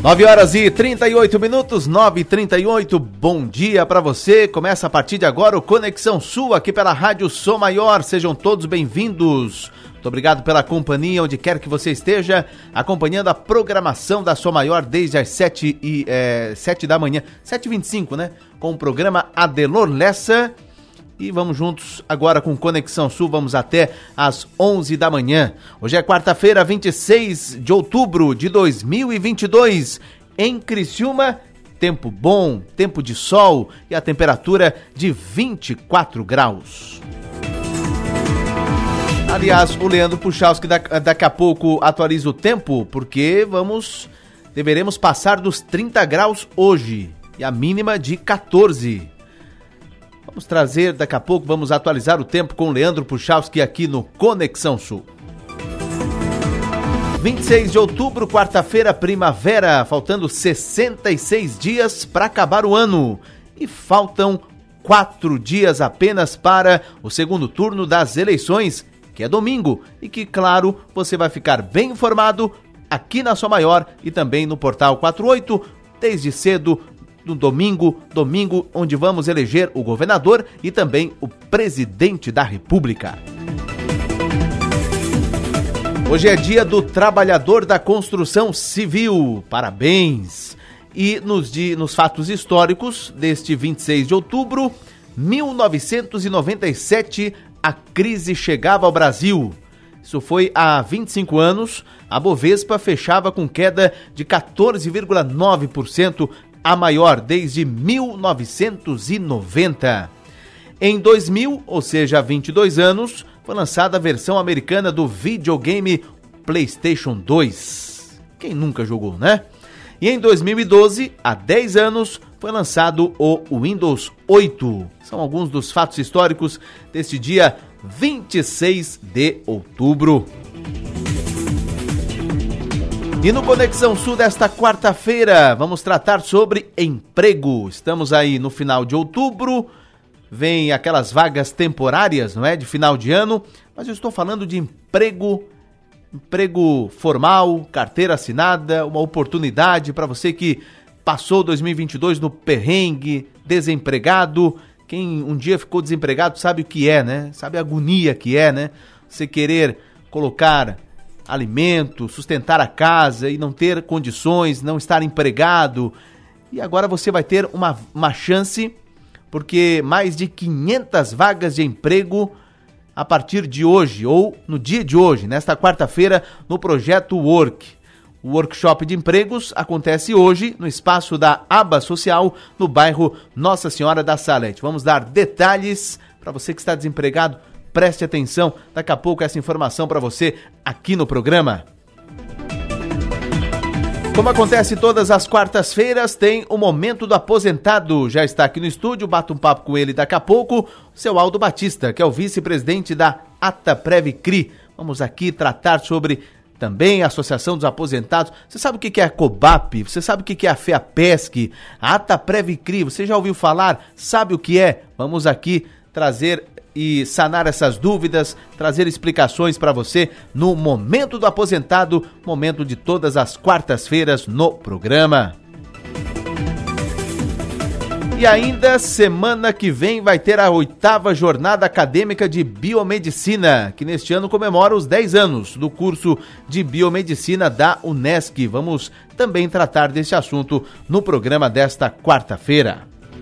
9h38, 9h38, bom dia para você. Começa a partir de agora o Conexão Sul aqui pela Rádio Som Maior. Sejam todos bem-vindos. Muito obrigado pela companhia, onde quer que você esteja, acompanhando a programação da Som Maior desde as 7 da manhã, 7h25, né? Com o programa Adelor Lessa. E vamos juntos agora com Conexão Sul, vamos até às 11 da manhã. Hoje é quarta-feira, 26 de outubro de 2022. Em Criciúma, tempo bom, tempo de sol e a temperatura de 24 graus. Aliás, o Leandro Puchalski daqui a pouco atualiza o tempo, porque deveremos passar dos 30 graus hoje e a mínima de 14. Vamos trazer daqui a pouco, vamos atualizar o tempo com o Leandro Puchalski aqui no Conexão Sul. 26 de outubro, quarta-feira, primavera, faltando 66 dias para acabar o ano. E faltam 4 dias apenas para o segundo turno das eleições, que é domingo. E que, claro, você vai ficar bem informado aqui na Som Maior e também no Portal 48, desde cedo, no domingo, onde vamos eleger o governador e também o presidente da República. Hoje é dia do trabalhador da construção civil, parabéns! E nos fatos históricos deste 26 de outubro, 1997, a crise chegava ao Brasil. Isso foi há 25 anos, a Bovespa fechava com queda de 14,9%, a maior desde 1990. Em 2000, ou seja, há 22 anos, foi lançada a versão americana do videogame PlayStation 2. Quem nunca jogou, né? E em 2012, há 10 anos, foi lançado o Windows 8. São alguns dos fatos históricos deste dia 26 de outubro. E no Conexão Sul desta quarta-feira, vamos tratar sobre emprego. Estamos aí no final de outubro, vem aquelas vagas temporárias, não é? De final de ano, mas eu estou falando de emprego formal, carteira assinada, uma oportunidade para você que passou 2022 no perrengue, desempregado. Quem um dia ficou desempregado sabe o que é, né? Sabe a agonia que é, né? Você querer colocar alimento, sustentar a casa e não ter condições, não estar empregado. E agora você vai ter uma chance, porque mais de 500 vagas de emprego a partir de hoje, ou no dia de hoje, nesta quarta-feira, no Projeto Work. O workshop de empregos acontece hoje no espaço da Aba Social, no bairro Nossa Senhora da Salete. Vamos dar detalhes para você que está desempregado. Preste atenção, daqui a pouco essa informação para você aqui no programa. Como acontece todas as quartas-feiras, tem o Momento do Aposentado. Já está aqui no estúdio, bato um papo com ele daqui a pouco, o seu Aldo Batista, que é o vice-presidente da ATAPREV-CRI. Vamos aqui tratar sobre também a Associação dos Aposentados. Você sabe o que é a COBAP? Você sabe o que é a FEAPESC? A ATAPREV-CRI, você já ouviu falar? Sabe o que é? Vamos aqui trazer e sanar essas dúvidas, trazer explicações para você no Momento do Aposentado, momento de todas as quartas-feiras no programa. E ainda, semana que vem vai ter a 8ª Jornada Acadêmica de Biomedicina, que neste ano comemora os 10 anos do curso de Biomedicina da Unesc. Vamos também tratar desse assunto no programa desta quarta-feira.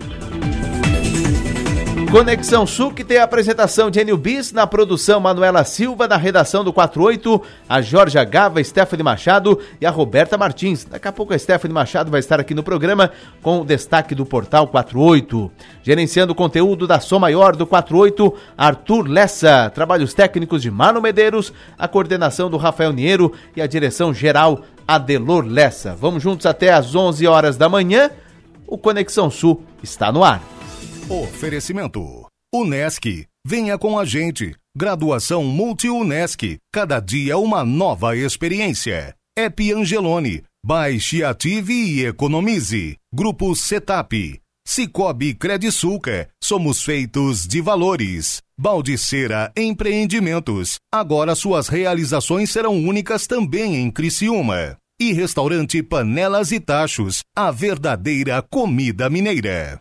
Conexão Sul, que tem a apresentação de Enio Bis, na produção Manuela Silva, na redação do 48, a Jorge Gava, Stephanie Machado e a Roberta Martins. Daqui a pouco a Stephanie Machado vai estar aqui no programa com o destaque do Portal 48. Gerenciando o conteúdo da Som Maior do 48, Arthur Lessa. Trabalhos técnicos de Mano Medeiros, a coordenação do Rafael Niero e a direção geral Adelor Lessa. Vamos juntos até às 11 horas da manhã. O Conexão Sul está no ar. Oferecimento Unesc, venha com a gente. Graduação Multi-Unesc, cada dia uma nova experiência. App Angelone, baixe, ative e economize. Grupo Setap, Cicobi Credisulca, somos feitos de valores. Baldiceira Empreendimentos, agora suas realizações serão únicas também em Criciúma. E restaurante Panelas e Tachos, a verdadeira comida mineira.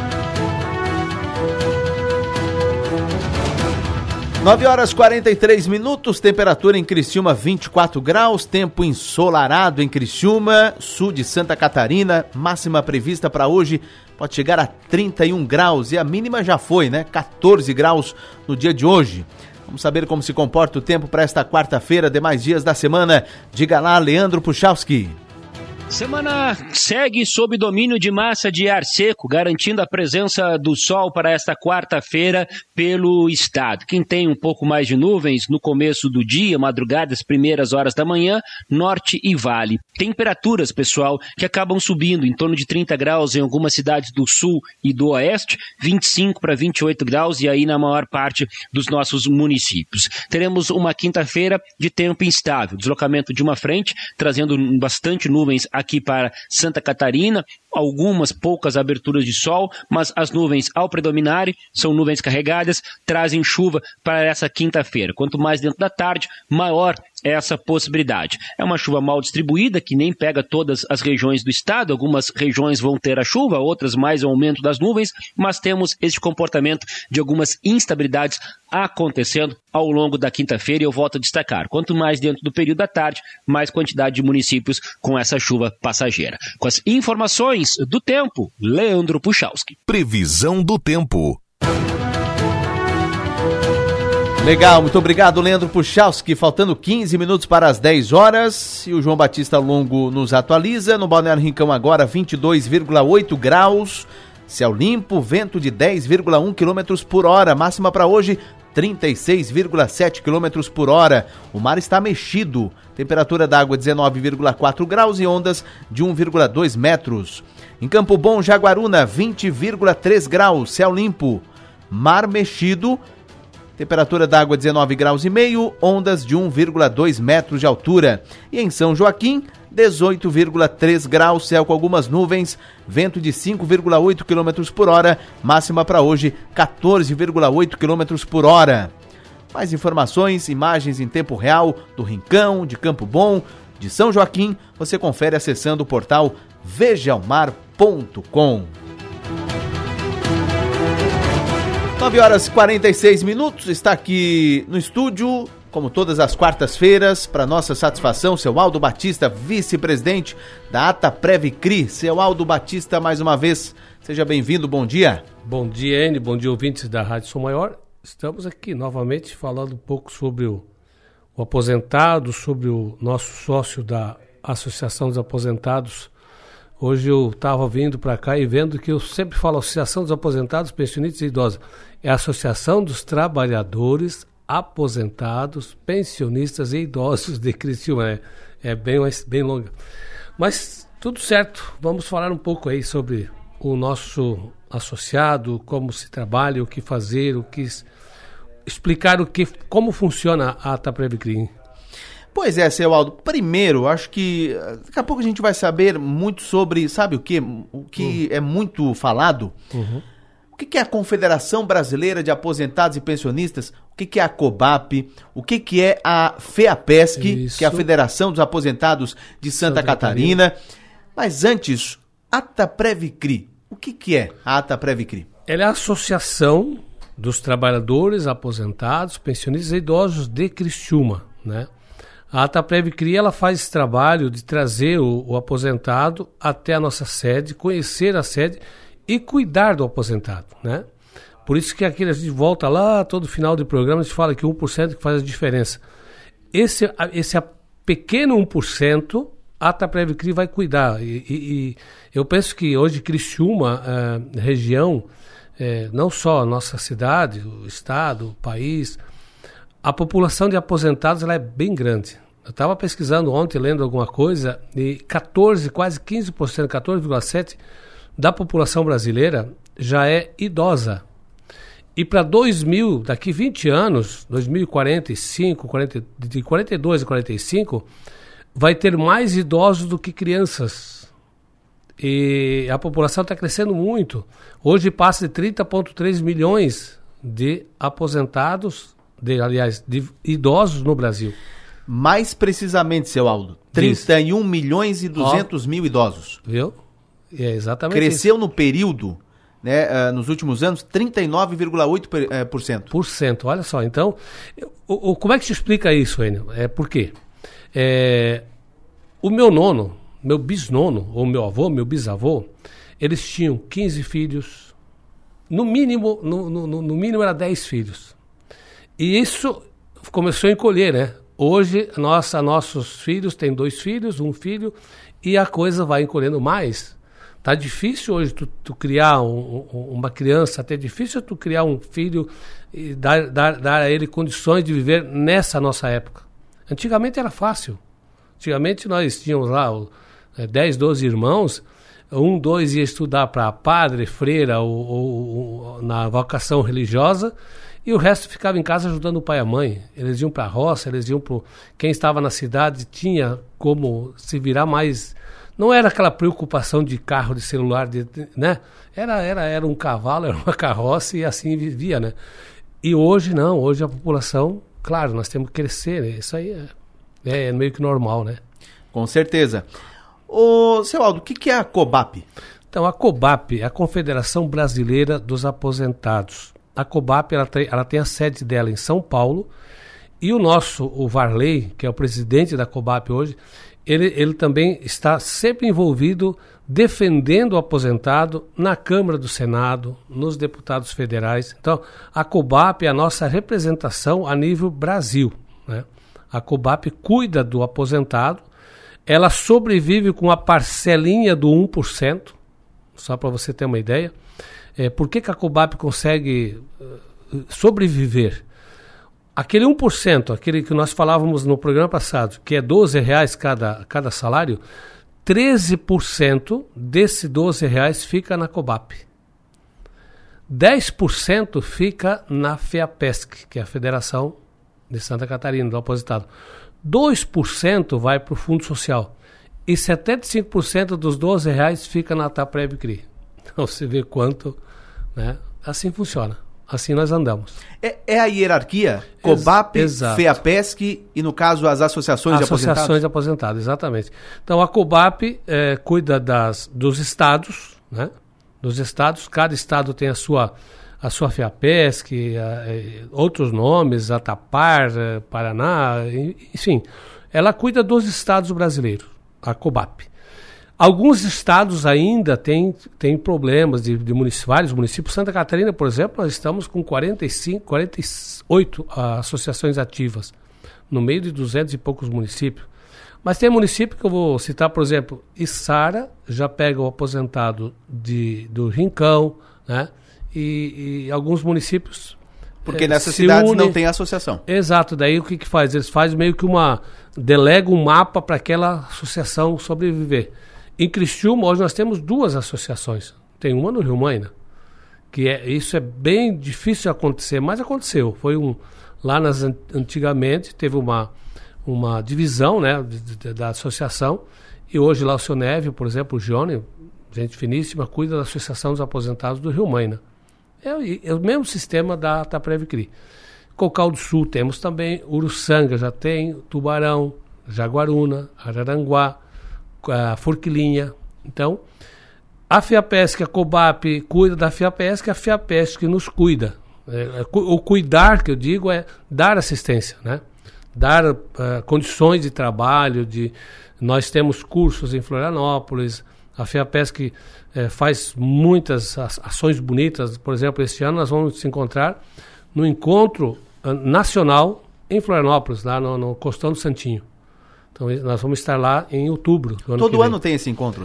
9h43, temperatura em Criciúma 24 graus, tempo ensolarado em Criciúma, sul de Santa Catarina, máxima prevista para hoje pode chegar a 31 graus e a mínima já foi, 14 graus no dia de hoje. Vamos saber como se comporta o tempo para esta quarta-feira, demais dias da semana. Diga lá, Leandro Puchalski. Semana segue sob domínio de massa de ar seco, garantindo a presença do sol para esta quarta-feira pelo estado. Quem tem um pouco mais de nuvens no começo do dia, madrugada, as primeiras horas da manhã, norte e vale. Temperaturas, pessoal, que acabam subindo em torno de 30 graus em algumas cidades do sul e do oeste, 25 para 28 graus e aí na maior parte dos nossos municípios. Teremos uma quinta-feira de tempo instável, deslocamento de uma frente, trazendo bastante nuvens aqui para Santa Catarina, algumas poucas aberturas de sol, mas as nuvens ao predominarem são nuvens carregadas, trazem chuva para essa quinta-feira. Quanto mais dentro da tarde, maior é essa possibilidade. É uma chuva mal distribuída, que nem pega todas as regiões do estado, algumas regiões vão ter a chuva, outras mais aumento das nuvens, mas temos esse comportamento de algumas instabilidades acontecendo ao longo da quinta-feira, e eu volto a destacar, quanto mais dentro do período da tarde, mais quantidade de municípios com essa chuva passageira. Com as informações do tempo, Leandro Puchalski. Previsão do tempo. Legal, muito obrigado, Leandro Puchalski. Faltando 15 minutos para as 10 horas e o João Batista Longo nos atualiza. No Balneário Rincão agora 22,8 graus, céu limpo, vento de 10,1 km por hora, máxima para hoje 36,7 km por hora. O mar está mexido, temperatura da água 19,4 graus e ondas de 1,2 metros. Em Campo Bom, Jaguaruna, 20,3 graus, céu limpo, mar mexido, temperatura da água 19 graus e meio, ondas de 1,2 metros de altura. E em São Joaquim, 18,3 graus, céu com algumas nuvens, vento de 5,8 km por hora, máxima para hoje 14,8 km por hora. Mais informações, imagens em tempo real do Rincão, de Campo Bom, de São Joaquim, você confere acessando o portal vejaomar.com. 9h46, está aqui no estúdio, como todas as quartas-feiras, para nossa satisfação, seu Aldo Batista, vice-presidente da AtaPrevCri. Seu Aldo Batista, mais uma vez, seja bem-vindo, bom dia. Bom dia, Enio, bom dia, ouvintes da Rádio Som Maior. Estamos aqui novamente falando um pouco sobre o aposentado, sobre o nosso sócio da Associação dos Aposentados. Hoje eu estava vindo para cá e vendo que eu sempre falo Associação dos Aposentados, Pensionistas e Idosos. É a Associação dos Trabalhadores Aposentados, Pensionistas e Idosos de Criciúma. É bem longa. Mas tudo certo, vamos falar um pouco aí sobre o nosso associado, como se trabalha, o que fazer, explicar como funciona a AtaPrevCri. Pois é, seu Aldo. Primeiro, acho que daqui a pouco a gente vai saber muito sobre, sabe o quê? O que é muito falado. Uhum. O que é a Confederação Brasileira de Aposentados e Pensionistas? O que é a COBAP? O que é a FEAPESC, Isso. que é a Federação dos Aposentados de Santa Catarina? Mas antes, AtaPrevCri. O que é a AtaPrevCri? Ela é a Associação dos Trabalhadores Aposentados, Pensionistas e Idosos de Criciúma, né? A AtaPrevCri, ela faz esse trabalho de trazer o aposentado até a nossa sede, conhecer a sede e cuidar do aposentado, né? Por isso que aqui a gente volta lá, todo final de programa, a gente fala que 1% que faz a diferença. Esse pequeno 1%, a AtaPrevCri vai cuidar. E eu penso que hoje Criciúma, região, não só a nossa cidade, o estado, o país, a população de aposentados ela é bem grande. Eu estava pesquisando ontem, lendo alguma coisa, e 14%, quase 15%, 14,7% da população brasileira já é idosa. E para 2000, daqui 20 anos, 2045, de 42 a 45, vai ter mais idosos do que crianças. E a população está crescendo muito. Hoje passa de 30,3 milhões de aposentados, de idosos no Brasil. Mais precisamente, seu Aldo, 31 milhões e 200 mil idosos. Viu? É exatamente Cresceu no período, né, nos últimos anos, 39,8%. Olha só, então, como é que se explica isso, Enio? Por quê? O meu nono, meu bisnono, ou meu avô, meu bisavô, eles tinham 15 filhos, no mínimo era 10 filhos. E isso começou a encolher, né? Hoje, nossos filhos têm 2 filhos, 1 filho, e a coisa vai encolhendo mais. Tá difícil hoje tu criar uma criança, até difícil tu criar um filho e dar a ele condições de viver nessa nossa época. Antigamente era fácil. Antigamente nós tínhamos lá 10, 12 irmãos, 1, 2 ia estudar para padre, freira ou na vocação religiosa, e o resto ficava em casa ajudando o pai e a mãe. Eles iam para a roça, eles iam para... Quem estava na cidade tinha como se virar mais... Não era aquela preocupação de carro, de celular, né? Era um cavalo, era uma carroça e assim vivia, né? E hoje não, hoje a população, claro, nós temos que crescer, né? Isso aí é meio que normal, né? Com certeza. Ô, seu Aldo, o que é a COBAP? Então, a COBAP é a Confederação Brasileira dos Aposentados. A COBAP, ela tem a sede dela em São Paulo, e o Varley, que é o presidente da COBAP hoje, ele também está sempre envolvido defendendo o aposentado na Câmara do Senado, nos deputados federais. Então, a COBAP é a nossa representação a nível Brasil, né? A COBAP cuida do aposentado, ela sobrevive com a parcelinha do 1%, só para você ter uma ideia. Por que a COBAP consegue sobreviver? Aquele 1%, aquele que nós falávamos no programa passado, que é R$12 cada salário, 13% desse R$12 fica na COBAP. 10% fica na FEAPESC, que é a Federação de Santa Catarina, do aposentado. 2% vai para o Fundo Social. E 75% dos R$12 fica na TAPREV-CRI. Então você vê quanto, né? Assim funciona. Assim nós andamos. É a hierarquia? COBAP, FEAPESC e, no caso, as associações de aposentados? Associações de aposentados, exatamente. Então, a COBAP cuida dos estados, né? Dos estados. Cada estado tem a sua FEAPESC, outros nomes, Atapar, Paraná, enfim. Ela cuida dos estados brasileiros, a COBAP. Alguns estados ainda têm problemas de vários municípios. Santa Catarina, por exemplo, nós estamos com 48 associações ativas, no meio de 200 e poucos municípios. Mas tem município que eu vou citar, por exemplo, Içara já pega o aposentado do Rincão, né? E alguns municípios... Porque nessas cidades não tem associação. Exato, daí o que faz? Eles fazem meio que delegam um mapa para aquela associação sobreviver. Em Criciúma, hoje nós temos 2 associações. Tem uma no Rio Maina, isso é bem difícil de acontecer, mas aconteceu. Foi lá antigamente, teve uma divisão, né, da associação, e hoje lá o seu Neve, por exemplo, o Johnny, gente finíssima, cuida da Associação dos Aposentados do Rio Maina. É o mesmo sistema da TAPREV-CRI. Cocal do Sul temos também, Uruçanga já tem, Tubarão, Jaguaruna, Araranguá, a Forquilinha. Então, a FEAPESC, a COBAP cuida da FEAPESC, a FEAPESC nos cuida. O cuidar, que eu digo, é dar assistência, né? Dar condições de trabalho. Nós temos cursos em Florianópolis, a FEAPESC faz muitas ações bonitas. Por exemplo, este ano nós vamos nos encontrar no encontro nacional em Florianópolis, lá no Costão do Santinho. Então, nós vamos estar lá em outubro. Todo ano tem esse encontro?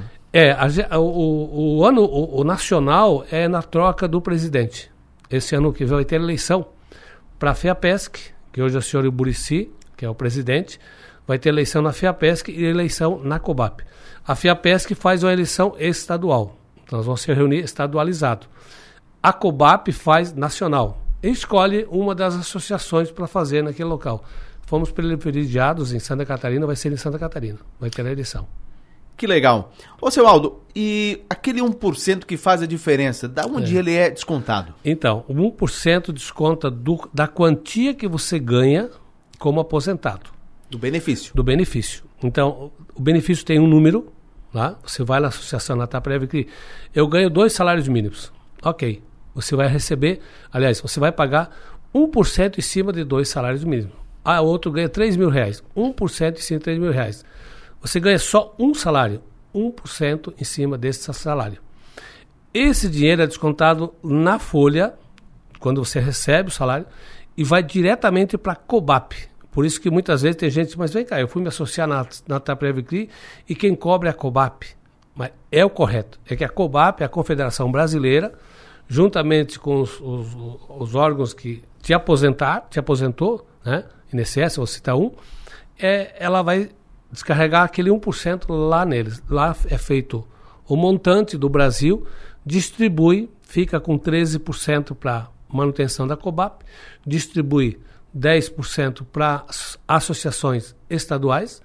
O nacional é na troca do presidente. Esse ano que vem vai ter eleição para a FEAPESC, que hoje é o senhor Iburici, que é o presidente, vai ter eleição na FEAPESC e eleição na COBAP. A FEAPESC faz uma eleição estadual. Então, nós vamos se reunir estadualizado. A COBAP faz nacional. E escolhe uma das associações para fazer naquele local. Fomos privilegiados em Santa Catarina, vai ser em Santa Catarina, vai ter a eleição. Que legal. Ô, seu Aldo, e aquele 1% que faz a diferença, da onde ele é descontado? Então, o 1% desconta da quantia que você ganha como aposentado. Do benefício. Do benefício. Então, o benefício tem um número, lá, você vai na associação Ataprev que eu ganho 2 salários mínimos. Ok. Você vai receber, aliás, você vai pagar 1% em cima de 2 salários mínimos. Ah, o outro ganha R$3.000. 1% em cima de R$3.000. Você ganha só um salário. 1% em cima desse salário. Esse dinheiro é descontado na folha, quando você recebe o salário, e vai diretamente para a Cobap. Por isso que muitas vezes tem gente, mas vem cá, eu fui me associar na Ataprev CRI e quem cobra é a Cobap. Mas é o correto. É que a Cobap é a Confederação Brasileira, juntamente com os órgãos que te aposentou, né? INSS, vou citar um, ela vai descarregar aquele 1% lá neles. Lá é feito o montante do Brasil, distribui, fica com 13% para manutenção da Cobap, distribui 10% para associações estaduais,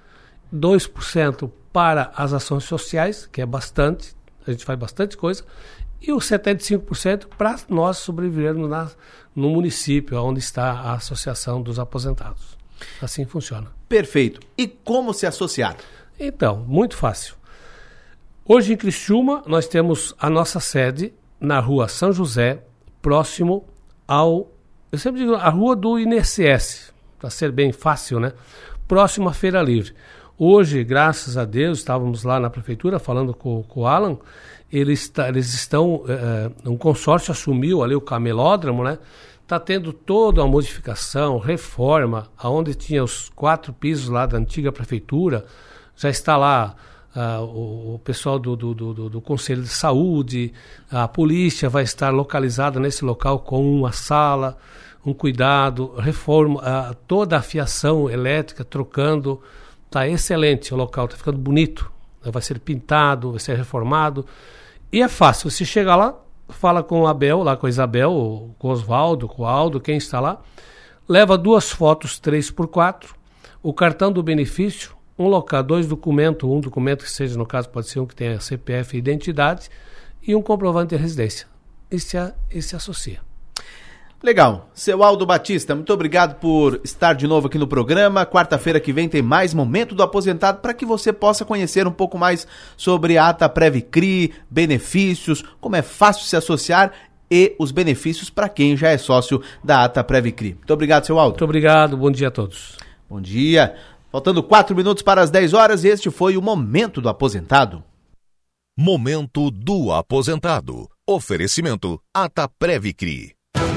2% para as ações sociais, que é bastante, a gente faz bastante coisa, e os 75% para nós sobrevivermos no município, onde está a Associação dos Aposentados. Assim funciona. Perfeito. E como se associar? Então, muito fácil. Hoje em Criciúma, nós temos a nossa sede na rua São José, próximo ao... Eu sempre digo, a rua do INSS, para ser bem fácil, né? Próximo à Feira Livre. Hoje, graças a Deus, estávamos lá na prefeitura falando com o Alan, eles estão... um consórcio assumiu ali o camelódromo, né? Está tendo toda uma modificação, reforma, aonde tinha os 4 pisos lá da antiga prefeitura, já está lá o pessoal do Conselho de Saúde, a polícia vai estar localizada nesse local com uma sala, um cuidado, reforma, toda a fiação elétrica trocando, está excelente o local, está ficando bonito, vai ser pintado, vai ser reformado, e é fácil, você chega lá, fala com o Abel, lá com a Isabel, com o Oswaldo, com o Aldo, quem está lá, leva 2 fotos 3x4, o cartão do benefício, um local, 2 documentos, um documento que seja, no caso, pode ser um que tenha CPF e identidade, e um comprovante de residência. E se associa. Legal. Seu Aldo Batista, muito obrigado por estar de novo aqui no programa. Quarta-feira que vem tem mais Momento do Aposentado para que você possa conhecer um pouco mais sobre a Ataprev CRI, benefícios, como é fácil se associar e os benefícios para quem já é sócio da Ataprev CRI. Muito obrigado, seu Aldo. Muito obrigado, bom dia a todos. Bom dia. Faltando 4 minutos para as 10 horas, este foi o Momento do Aposentado. Momento do Aposentado. Oferecimento Ataprev CRI.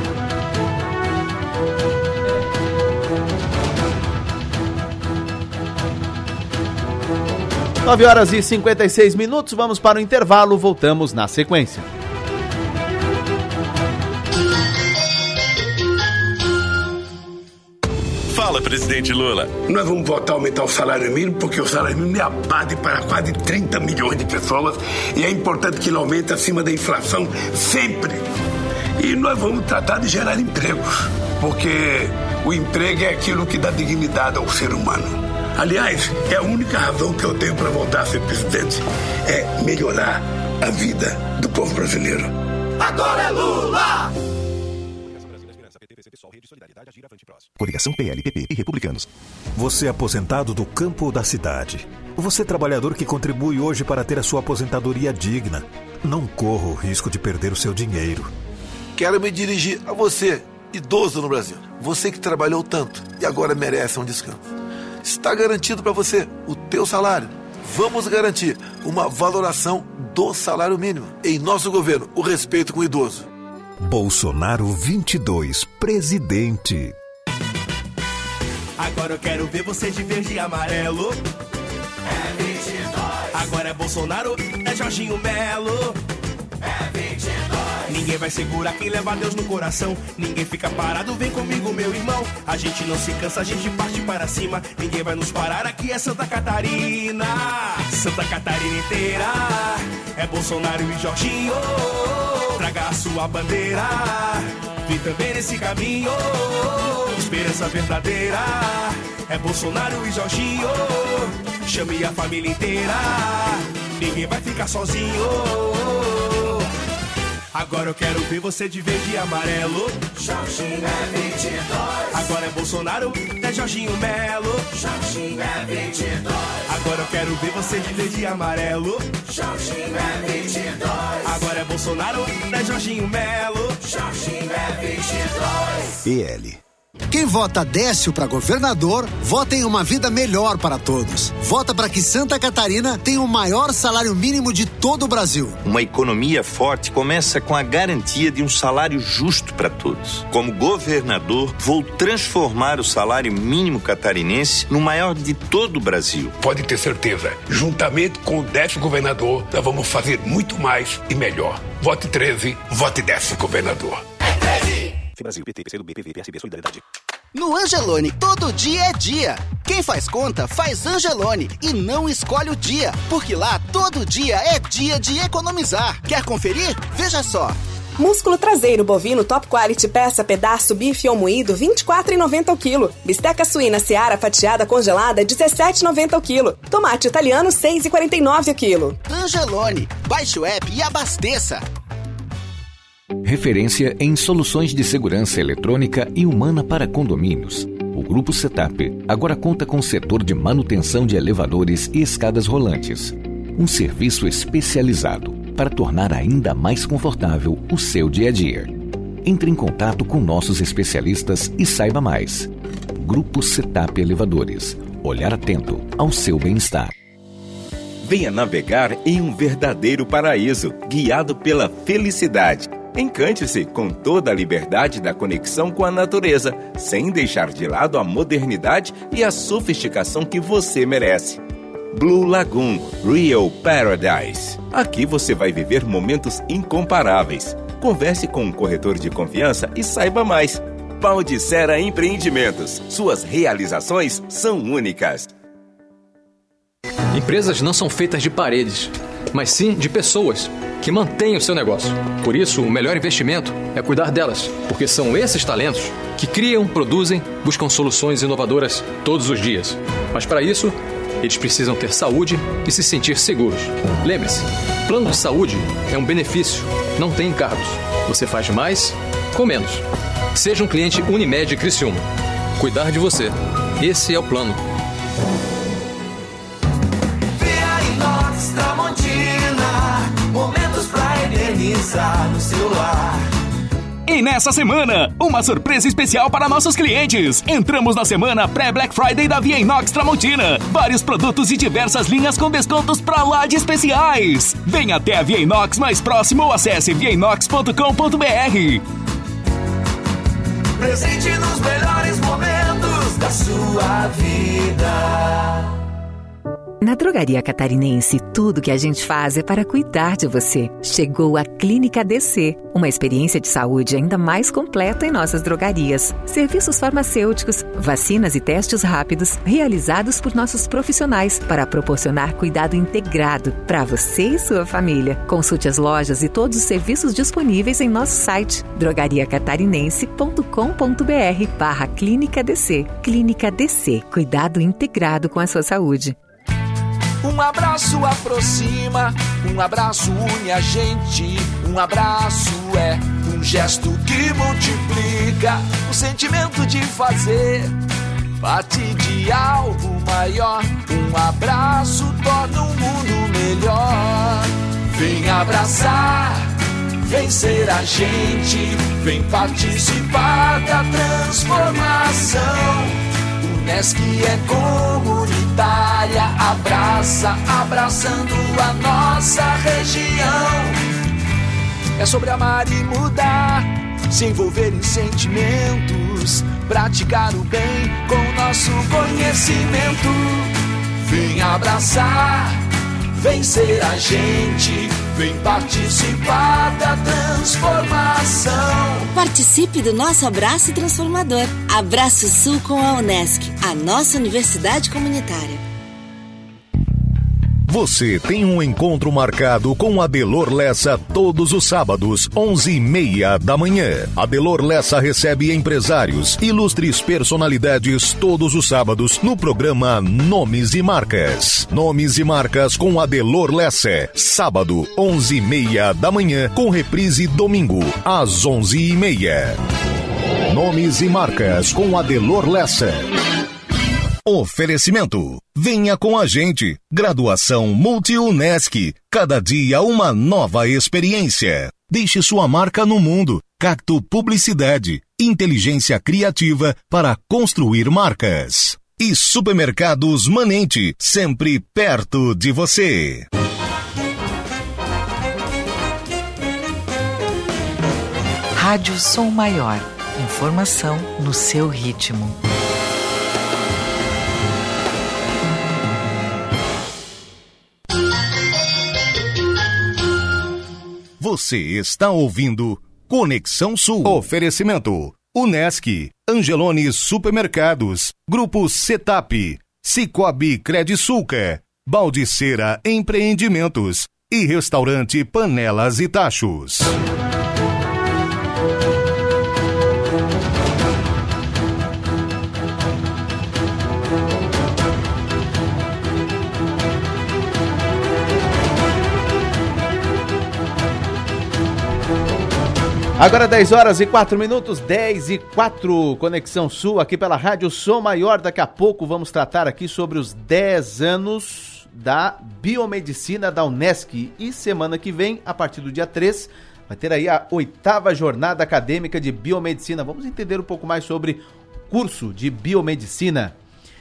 9 horas e 56 minutos, vamos para o intervalo, voltamos na sequência. Fala, presidente Lula. Nós vamos votar aumentar o salário mínimo, porque o salário mínimo é a base para quase 30 milhões de pessoas e é importante que ele aumente acima da inflação sempre. E nós vamos tratar de gerar empregos, porque o emprego é aquilo que dá dignidade ao ser humano. Aliás, é a única razão que eu tenho para voltar a ser presidente, é melhorar a vida do povo brasileiro. Agora é Lula! Coligação PL, PP e Republicanos. Você é aposentado do campo ou da cidade? Você é trabalhador que contribui hoje para ter a sua aposentadoria digna? Não corra o risco de perder o seu dinheiro. Quero me dirigir a você, idoso no Brasil. Você que trabalhou tanto e agora merece um descanso. Está garantido para você o teu salário. Vamos garantir uma valoração do salário mínimo. Em nosso governo, o respeito com o idoso. Bolsonaro 22, presidente. Agora eu quero ver vocês de verde e amarelo. É 22. Agora é Bolsonaro, é Jorginho Melo. É 22. Ninguém vai segurar quem leva Deus no coração. Ninguém fica parado, vem comigo, meu irmão. A gente não se cansa, a gente parte para cima. Ninguém vai nos parar, aqui é Santa Catarina. Santa Catarina inteira. É Bolsonaro e Jorginho. Traga a sua bandeira. Vem também nesse caminho. Esperança verdadeira. É Bolsonaro e Jorginho. Chame a família inteira. Ninguém vai ficar sozinho. Agora eu quero ver você de verde e amarelo. Jorginho é 22. Agora é Bolsonaro, é Jorginho Melo. Jorginho é 22. Agora eu quero ver você de verde e amarelo. Jorginho é 22. Agora é Bolsonaro, é Jorginho Melo. Jorginho é 22. PL. Quem vota Décio para governador, vota em uma vida melhor para todos. Vota para que Santa Catarina tenha o maior salário mínimo de todo o Brasil. Uma economia forte começa com a garantia de um salário justo para todos. Como governador, vou transformar o salário mínimo catarinense no maior de todo o Brasil. Pode ter certeza, juntamente com o Décio governador, nós vamos fazer muito mais e melhor. Vote 13, vote Décio governador. Brasil, PT, PCdoB, PV, PSB, Solidariedade. No Angelone, todo dia é dia. Quem faz conta, faz Angelone e não escolhe o dia, porque lá todo dia é dia de economizar. Quer conferir? Veja só. Músculo traseiro bovino Top Quality peça pedaço bife ou moído R$ 24,90 o quilo. Bisteca suína Seara fatiada congelada R$ 17,90 o quilo. Tomate italiano R$ 6,49 o quilo. Angelone, baixe o app e abasteça. Referência em soluções de segurança eletrônica e humana para condomínios. O Grupo Setup agora conta com o setor de manutenção de elevadores e escadas rolantes. Um serviço especializado para tornar ainda mais confortável o seu dia a dia. Entre em contato com nossos especialistas e saiba mais. Grupo Setup Elevadores. Olhar atento ao seu bem-estar. Venha navegar em um verdadeiro paraíso, guiado pela felicidade. Encante-se com toda a liberdade da conexão com a natureza, sem deixar de lado a modernidade e a sofisticação que você merece. Blue Lagoon Real Paradise. Aqui você vai viver momentos incomparáveis. Converse com um corretor de confiança e saiba mais. Pau de Serra Empreendimentos. Suas realizações são únicas. Empresas não são feitas de paredes, mas sim de pessoas que mantêm o seu negócio. Por isso, o melhor investimento é cuidar delas, porque são esses talentos que criam, produzem, buscam soluções inovadoras todos os dias. Mas para isso, eles precisam ter saúde e se sentir seguros. Lembre-se, plano de saúde é um benefício, não tem encargos. Você faz mais com menos. Seja um cliente Unimed Criciúma. Cuidar de você. Esse é o plano. No celular. E nessa semana, uma surpresa especial para nossos clientes. Entramos na semana pré-Black Friday da Via Inox Tramontina. Vários produtos e diversas linhas com descontos pra lá de especiais. Venha até a Via Inox mais próximo ou acesse viainox.com.br. Presente nos melhores momentos da sua vida. Na Drogaria Catarinense, tudo que a gente faz é para cuidar de você. Chegou a Clínica DC, uma experiência de saúde ainda mais completa em nossas drogarias. Serviços farmacêuticos, vacinas e testes rápidos realizados por nossos profissionais para proporcionar cuidado integrado para você e sua família. Consulte as lojas e todos os serviços disponíveis em nosso site drogariacatarinense.com.br/Clínica DC. Clínica DC, cuidado integrado com a sua saúde. Um abraço aproxima, um abraço une a gente. Um abraço é um gesto que multiplica o sentimento de fazer parte de algo maior. Um abraço torna um mundo melhor. Vem abraçar, vem ser a gente, vem participar da transformação. Unesc é comunitária, abraçando a nossa região. É sobre amar e mudar, se envolver em sentimentos, praticar o bem com o nosso conhecimento. Vem abraçar, vem ser a gente, vem participar da transformação. Participe do nosso abraço transformador. Abraço Sul com a Unesc, a nossa universidade comunitária. Você tem um encontro marcado com Adelor Lessa todos os sábados, 11h30 da manhã. Adelor Lessa recebe empresários, ilustres personalidades todos os sábados no programa Nomes e Marcas. Nomes e Marcas com Adelor Lessa. Sábado, 11h30 da manhã, com reprise domingo, às 11h30. Nomes e Marcas com Adelor Lessa. Oferecimento. Venha com a gente. Graduação Multi-UNESC. Cada dia uma nova experiência. Deixe sua marca no mundo. Cacto Publicidade. Inteligência criativa para construir marcas. E Supermercados Manente. Sempre perto de você. Rádio Som Maior. Informação no seu ritmo. Você está ouvindo Conexão Sul. Oferecimento. Unesc, Angelone Supermercados, Grupo Setap, Cicobi Credisulca, Baldiceira Empreendimentos e Restaurante Panelas e Tachos. Agora 10 horas e 4 minutos, 10 e 4, Conexão Sul, aqui pela Rádio Som Maior. Daqui a pouco vamos tratar aqui sobre os 10 anos da biomedicina da Unesc. E semana que vem, a partir do dia 3, vai ter aí a 8ª jornada acadêmica de biomedicina. Vamos entender um pouco mais sobre o curso de biomedicina.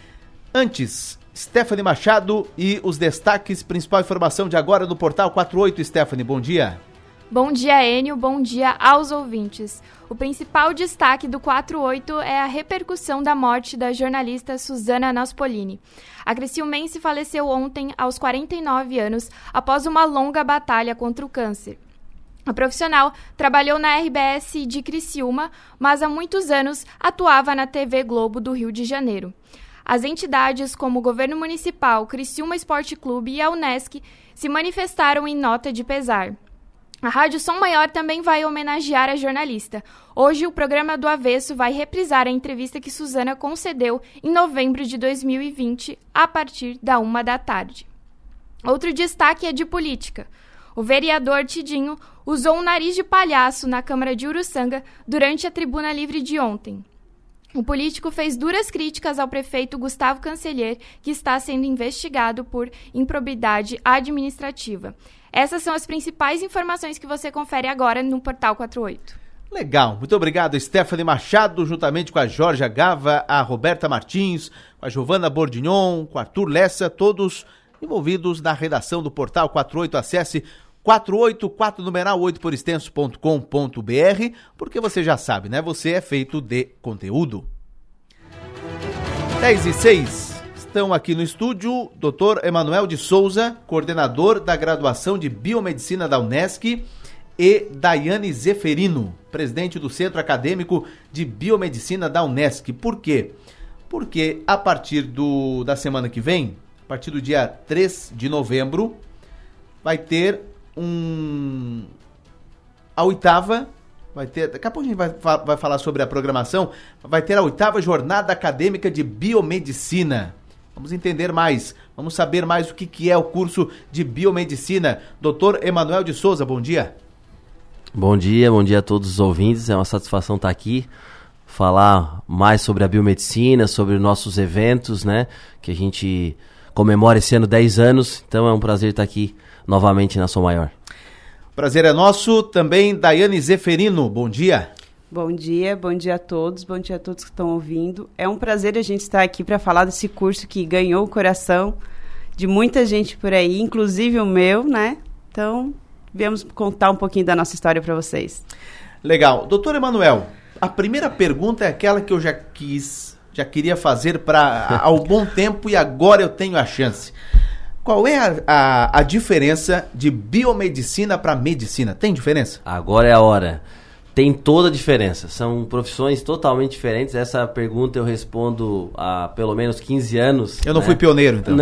Antes, Stephanie Machado e os destaques, principal informação de agora no Portal 48. Stephanie, bom dia. Bom dia, Enio. Bom dia aos ouvintes. O principal destaque do 48 é a repercussão da morte da jornalista Suzana Naspolini. A criciumense faleceu ontem aos 49 anos após uma longa batalha contra o câncer. A profissional trabalhou na RBS de Criciúma, mas há muitos anos atuava na TV Globo do Rio de Janeiro. As entidades como o Governo Municipal, Criciúma Esporte Clube e a Unesc se manifestaram em nota de pesar. A Rádio Som Maior também vai homenagear a jornalista. Hoje, o programa do Avesso vai reprisar a entrevista que Suzana concedeu em novembro de 2020, a partir da 13h. Outro destaque é de política. O vereador Tidinho usou um nariz de palhaço na Câmara de Uruçanga durante a Tribuna Livre de ontem. O político fez duras críticas ao prefeito Gustavo Cancellier, que está sendo investigado por improbidade administrativa. Essas são as principais informações que você confere agora no Portal 48. Legal, muito obrigado, Stephanie Machado, juntamente com a Jorge Gava, a Roberta Martins, com a Giovana Bordignon, com o Arthur Lessa, todos envolvidos na redação do Portal 48. Acesse 484 numeral 8 por extenso.com.br, porque você já sabe, né? Você é feito de conteúdo. 10 e 6. Estão aqui no estúdio Dr. Emanuel de Souza, coordenador da graduação de Biomedicina da Unesc, e Daiane Zeferino, presidente do Centro Acadêmico de Biomedicina da Unesc. Por quê? Porque a partir da semana que vem, a partir do dia 3 de novembro, vai ter a 8ª, daqui a pouco a gente vai falar sobre a programação, vai ter a 8ª Jornada Acadêmica de Biomedicina. Vamos entender mais, vamos saber mais o que é o curso de biomedicina. Dr. Emanuel de Souza, bom dia. Bom dia a todos os ouvintes. É uma satisfação estar aqui, falar mais sobre a biomedicina, sobre os nossos eventos, né? Que a gente comemora esse ano 10 anos, então é um prazer estar aqui novamente na Som Maior. Prazer é nosso. Também Daiane Zeferino, bom dia. Bom dia a todos, bom dia a todos que estão ouvindo. É um prazer a gente estar aqui para falar desse curso que ganhou o coração de muita gente por aí, inclusive o meu, né? Então, viemos contar um pouquinho da nossa história para vocês. Legal. Doutor Emanuel, a primeira pergunta é aquela que eu já queria fazer há algum tempo e agora eu tenho a chance. Qual é a diferença de biomedicina para medicina? Tem diferença? Agora é a hora. Tem toda a diferença, são profissões totalmente diferentes. Essa pergunta eu respondo há pelo menos 15 anos. Eu não fui pioneiro, então.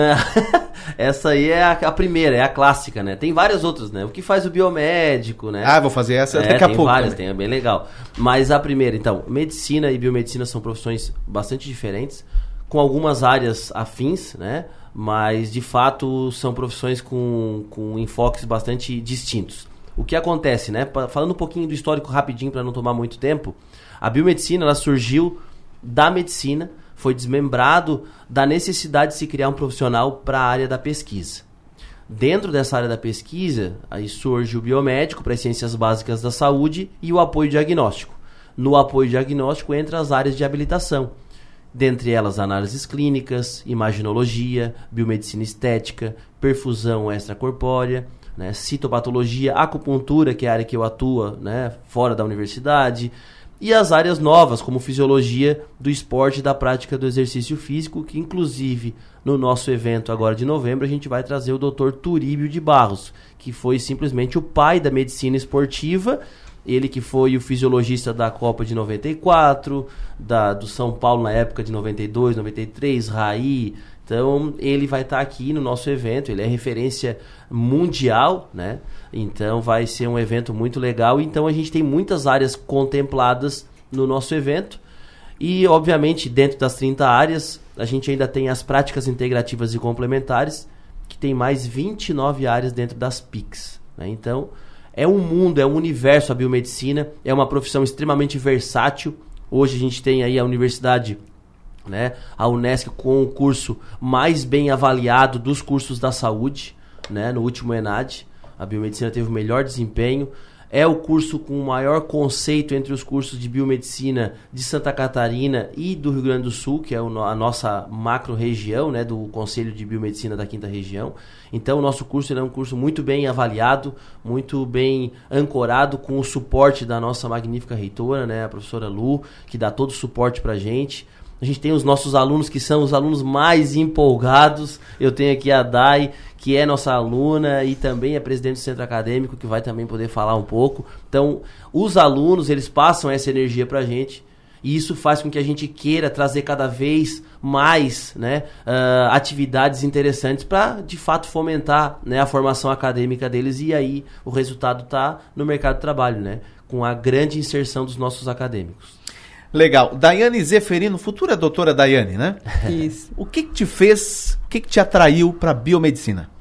Essa aí é a primeira, é a clássica, né? Tem várias outras, né? O que faz o biomédico, né? Vou fazer essa daqui a pouco. Tem várias, é bem legal. Mas a primeira, então, medicina e biomedicina são profissões bastante diferentes, com algumas áreas afins, né? Mas, de fato, são profissões com enfoques bastante distintos. O que acontece, né? Falando um pouquinho do histórico rapidinho para não tomar muito tempo, a biomedicina ela surgiu da medicina, foi desmembrado da necessidade de se criar um profissional para a área da pesquisa. Dentro dessa área da pesquisa, aí surge o biomédico para as ciências básicas da saúde e o apoio diagnóstico. No apoio diagnóstico entra as áreas de habilitação, dentre elas análises clínicas, imaginologia, biomedicina estética, perfusão extracorpórea, né, citopatologia, acupuntura, que é a área que eu atuo, né, fora da universidade, e as áreas novas, como fisiologia do esporte e da prática do exercício físico, que inclusive no nosso evento agora de novembro a gente vai trazer o Dr. Turíbio de Barros, que foi simplesmente o pai da medicina esportiva, ele que foi o fisiologista da Copa de 94, do São Paulo na época de 92, 93, Raí. Então, ele vai estar aqui no nosso evento, ele é referência mundial, né? Então, vai ser um evento muito legal. Então, a gente tem muitas áreas contempladas no nosso evento. E, obviamente, dentro das 30 áreas, a gente ainda tem as práticas integrativas e complementares, que tem mais 29 áreas dentro das PICs, né? Então, é um mundo, é um universo a biomedicina, é uma profissão extremamente versátil. Hoje a gente tem aí a universidade, né, a Unesc, com o curso mais bem avaliado dos cursos da saúde, né, no último ENAD, a biomedicina teve o melhor desempenho, é o curso com o maior conceito entre os cursos de biomedicina de Santa Catarina e do Rio Grande do Sul, que é a nossa macro-região, né, do Conselho de Biomedicina da 5ª Região. Então o nosso curso ele é um curso muito bem avaliado, muito bem ancorado, com o suporte da nossa magnífica reitora, né, a professora Lu, que dá todo o suporte pra gente. A gente tem os nossos alunos, que são os alunos mais empolgados. Eu tenho aqui a Dai, que é nossa aluna e também é presidente do centro acadêmico, que vai também poder falar um pouco. Então, os alunos, eles passam essa energia pra gente. E isso faz com que a gente queira trazer cada vez mais, né, atividades interessantes para, de fato, fomentar, né, a formação acadêmica deles. E aí o resultado está no mercado de trabalho, né, com a grande inserção dos nossos acadêmicos. Legal. Daiane Zeferino, futura doutora Daiane, né? Isso. O que te fez, o que te atraiu para biomedicina?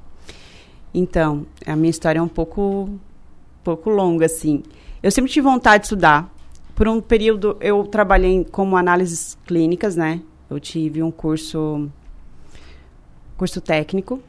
Então, a minha história é um pouco longa, assim. Eu sempre tive vontade de estudar. Por um período, eu trabalhei como análises clínicas, né? Eu tive um curso técnico.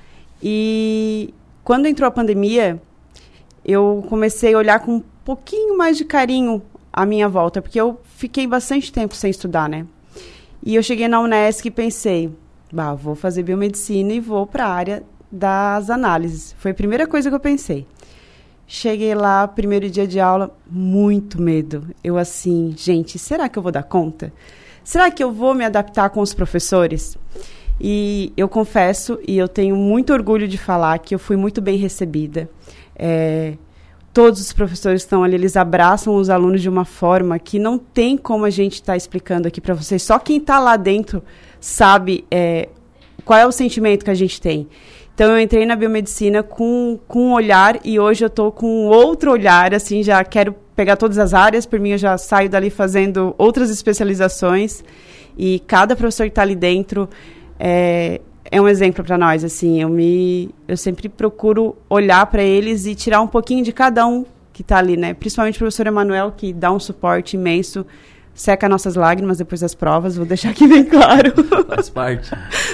E quando entrou a pandemia, eu comecei a olhar com um pouquinho mais de carinho a minha volta, porque eu fiquei bastante tempo sem estudar, né? E eu cheguei na Unesc e pensei, vou fazer biomedicina e vou para a área das análises. Foi a primeira coisa que eu pensei. Cheguei lá, primeiro dia de aula, muito medo. Eu assim, gente, será que eu vou dar conta? Será que eu vou me adaptar com os professores? E eu confesso, e eu tenho muito orgulho de falar, que eu fui muito bem recebida. Todos os professores que estão ali, eles abraçam os alunos de uma forma que não tem como a gente estar explicando aqui para vocês. Só quem está lá dentro sabe qual é o sentimento que a gente tem. Então, eu entrei na biomedicina com um olhar e hoje eu estou com outro olhar, assim, já quero pegar todas as áreas. Por mim, eu já saio dali fazendo outras especializações e cada professor que está ali dentro é um exemplo para nós, assim, eu sempre procuro olhar para eles e tirar um pouquinho de cada um que está ali, né? Principalmente o professor Emanuel, que dá um suporte imenso, seca nossas lágrimas depois das provas, vou deixar aqui bem claro. Faz parte.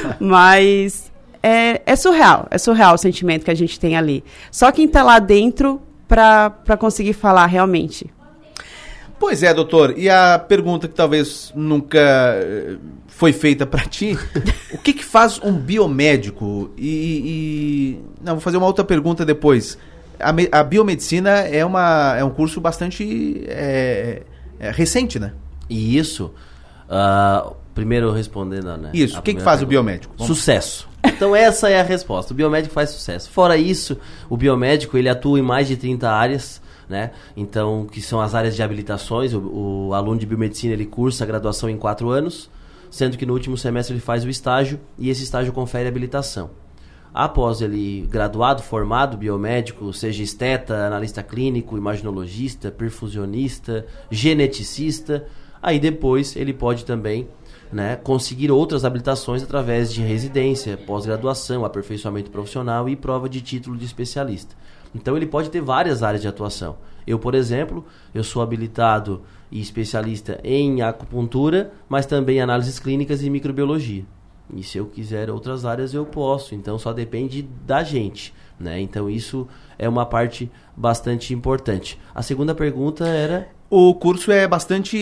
Mas é surreal o sentimento que a gente tem ali. Só quem está lá dentro para conseguir falar realmente. Pois é, doutor, e a pergunta que talvez nunca foi feita para ti, o que faz um biomédico? Não, vou fazer uma outra pergunta depois. A biomedicina é um curso bastante recente, né? E isso, primeiro respondendo, né? Isso, o que faz o biomédico? Sucesso. Então essa é a resposta, o biomédico faz sucesso. Fora isso, o biomédico ele atua em mais de 30 áreas, né? Então, que são as áreas de habilitações. O aluno de biomedicina, ele cursa a graduação em 4 anos, sendo que no último semestre ele faz o estágio e esse estágio confere habilitação. Após ele graduado, formado, biomédico, seja esteta, analista clínico, imaginologista, perfusionista, geneticista, aí depois ele pode também, né, conseguir outras habilitações através de residência, pós-graduação, aperfeiçoamento profissional e prova de título de especialista. Então ele pode ter várias áreas de atuação. Eu, por exemplo, eu sou habilitado e especialista em acupuntura, mas também em análises clínicas e microbiologia. E se eu quiser outras áreas, eu posso. Então só depende da gente, né? Então isso é uma parte bastante importante. A segunda pergunta era... O curso é bastante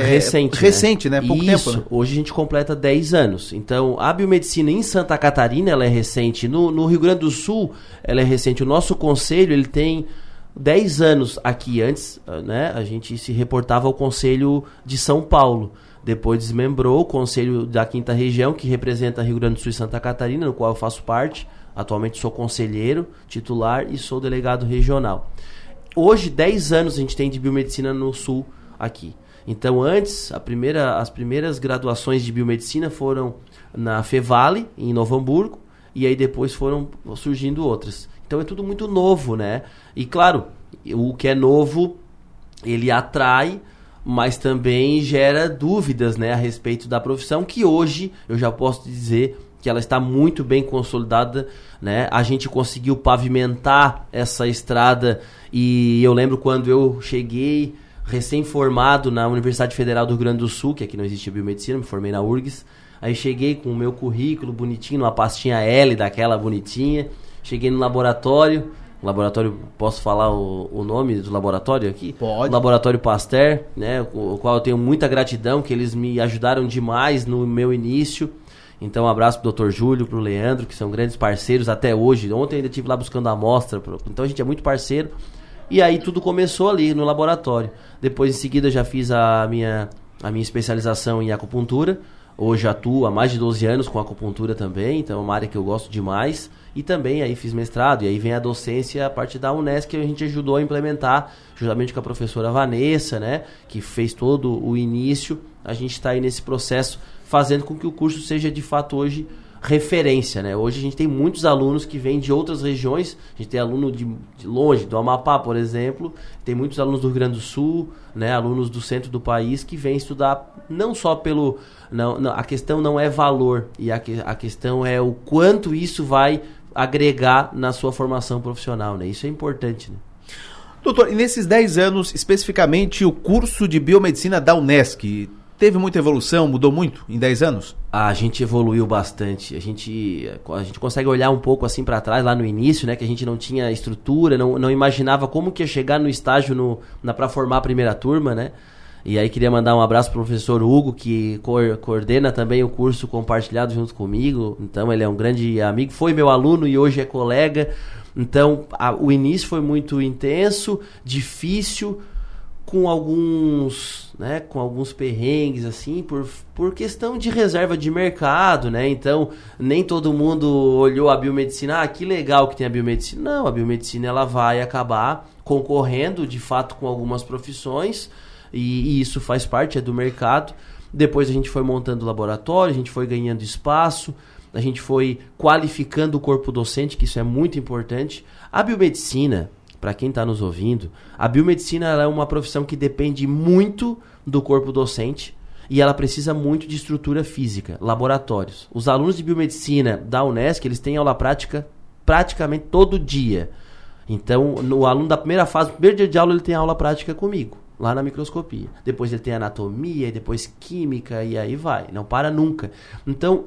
recente, né? Pouco Isso. tempo. Né? Hoje a gente completa 10 anos. Então, a biomedicina em Santa Catarina, ela é recente. No Rio Grande do Sul, ela é recente. O nosso conselho, ele tem 10 anos aqui. Antes, né, a gente se reportava ao Conselho de São Paulo. Depois desmembrou o Conselho da 5ª Região, que representa Rio Grande do Sul e Santa Catarina, no qual eu faço parte. Atualmente sou conselheiro titular e sou delegado regional. Hoje, 10 anos a gente tem de biomedicina no Sul aqui. Então, antes, as primeiras graduações de biomedicina foram na Fevale, em Novo Hamburgo, e aí depois foram surgindo outras. Então, é tudo muito novo, né? E, claro, o que é novo, ele atrai, mas também gera dúvidas, né, a respeito da profissão, que hoje, eu já posso dizer que ela está muito bem consolidada, né? A gente conseguiu pavimentar essa estrada e eu lembro quando eu cheguei recém-formado na Universidade Federal do Rio Grande do Sul, que aqui não existe biomedicina, me formei na URGS, aí cheguei com o meu currículo bonitinho, numa pastinha L daquela bonitinha, cheguei no laboratório, posso falar o nome do laboratório aqui? Pode. Laboratório Pasteur, né? O qual eu tenho muita gratidão, que eles me ajudaram demais no meu início. Então, um abraço pro Dr. Júlio, pro Leandro, que são grandes parceiros até hoje. Ontem eu ainda estive lá buscando a amostra. Então, a gente é muito parceiro. E aí, tudo começou ali no laboratório. Depois, em seguida, já fiz a minha especialização em acupuntura. Hoje atuo há mais de 12 anos com acupuntura também. Então, é uma área que eu gosto demais. E também aí fiz mestrado. E aí vem a docência a partir da Unesc, que a gente ajudou a implementar, juntamente com a professora Vanessa, né? Que fez todo o início. A gente está aí nesse processo, fazendo com que o curso seja de fato hoje referência, né? Hoje a gente tem muitos alunos que vêm de outras regiões, a gente tem aluno de longe, do Amapá, por exemplo, tem muitos alunos do Rio Grande do Sul, né? Alunos do centro do país que vêm estudar não só pelo... Não, a questão não é valor, e a questão é o quanto isso vai agregar na sua formação profissional, né? Isso é importante, né? Doutor, e nesses 10 anos, especificamente o curso de biomedicina da Unesc, teve muita evolução, mudou muito em 10 anos? A gente evoluiu bastante. A gente consegue olhar um pouco assim para trás, lá no início, né? Que a gente não tinha estrutura, não imaginava como que ia chegar no estágio para formar a primeira turma, né? E aí queria mandar um abraço pro professor Hugo, que coordena também o curso compartilhado junto comigo. Então ele é um grande amigo, foi meu aluno e hoje é colega. Então o início foi muito intenso, difícil, com alguns perrengues, assim, por questão de reserva de mercado, né? Então, nem todo mundo olhou a biomedicina, que legal que tem a biomedicina. Não, a biomedicina ela vai acabar concorrendo, de fato, com algumas profissões, e isso faz parte, é do mercado. Depois a gente foi montando o laboratório, a gente foi ganhando espaço, a gente foi qualificando o corpo docente, que isso é muito importante. A biomedicina, para quem está nos ouvindo, a biomedicina ela é uma profissão que depende muito do corpo docente e ela precisa muito de estrutura física, laboratórios. Os alunos de biomedicina da Unesc, eles têm aula prática praticamente todo dia. Então, o aluno da primeira fase, no primeiro dia de aula, ele tem aula prática comigo, lá na microscopia. Depois ele tem anatomia, e depois química, e aí vai. Não para nunca. Então,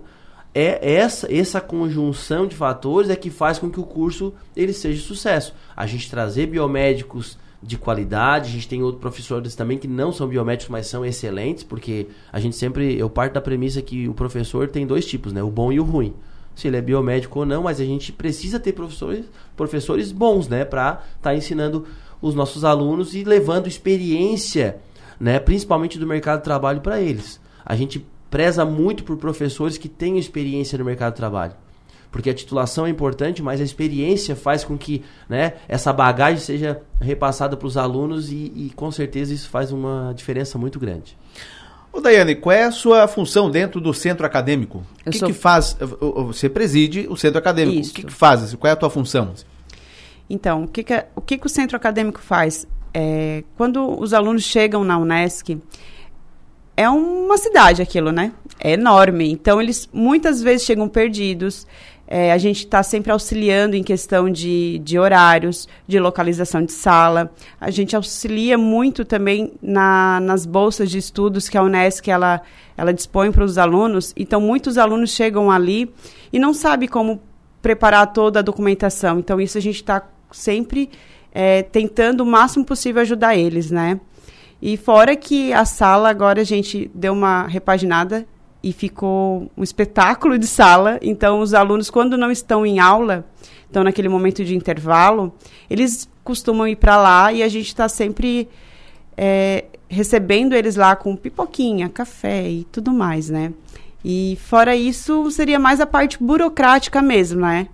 essa conjunção de fatores é que faz com que o curso ele seja sucesso. A gente trazer biomédicos de qualidade, a gente tem outros professores também que não são biomédicos, mas são excelentes, porque eu parto da premissa que o professor tem dois tipos, né? O bom e o ruim. Se ele é biomédico ou não, mas a gente precisa ter professores bons, né? Para estar ensinando os nossos alunos e levando experiência, né? Principalmente do mercado de trabalho para eles. A gente preza muito por professores que tenham experiência no mercado de trabalho. porque a titulação é importante, mas a experiência faz com que, né, essa bagagem seja repassada para os alunos e com certeza isso faz uma diferença muito grande. Ô Daiane, qual é a sua função dentro do centro acadêmico? O que faz? Você preside o centro acadêmico. Isso. O que faz? Qual é a tua função? Então, o que o centro acadêmico faz? Quando os alunos chegam na Unesc, é uma cidade aquilo, né? É enorme. Então, eles muitas vezes chegam perdidos. A gente está sempre auxiliando em questão de horários, de localização de sala. A gente auxilia muito também nas bolsas de estudos que a Unesc ela dispõe para os alunos. Então, muitos alunos chegam ali e não sabem como preparar toda a documentação. Então, isso a gente está sempre tentando o máximo possível ajudar eles, né? E fora que a sala, agora a gente deu uma repaginada e ficou um espetáculo de sala. Então, os alunos, quando não estão em aula, estão naquele momento de intervalo, eles costumam ir para lá e a gente está sempre recebendo eles lá com pipoquinha, café e tudo mais, né? E fora isso, seria mais a parte burocrática mesmo, né?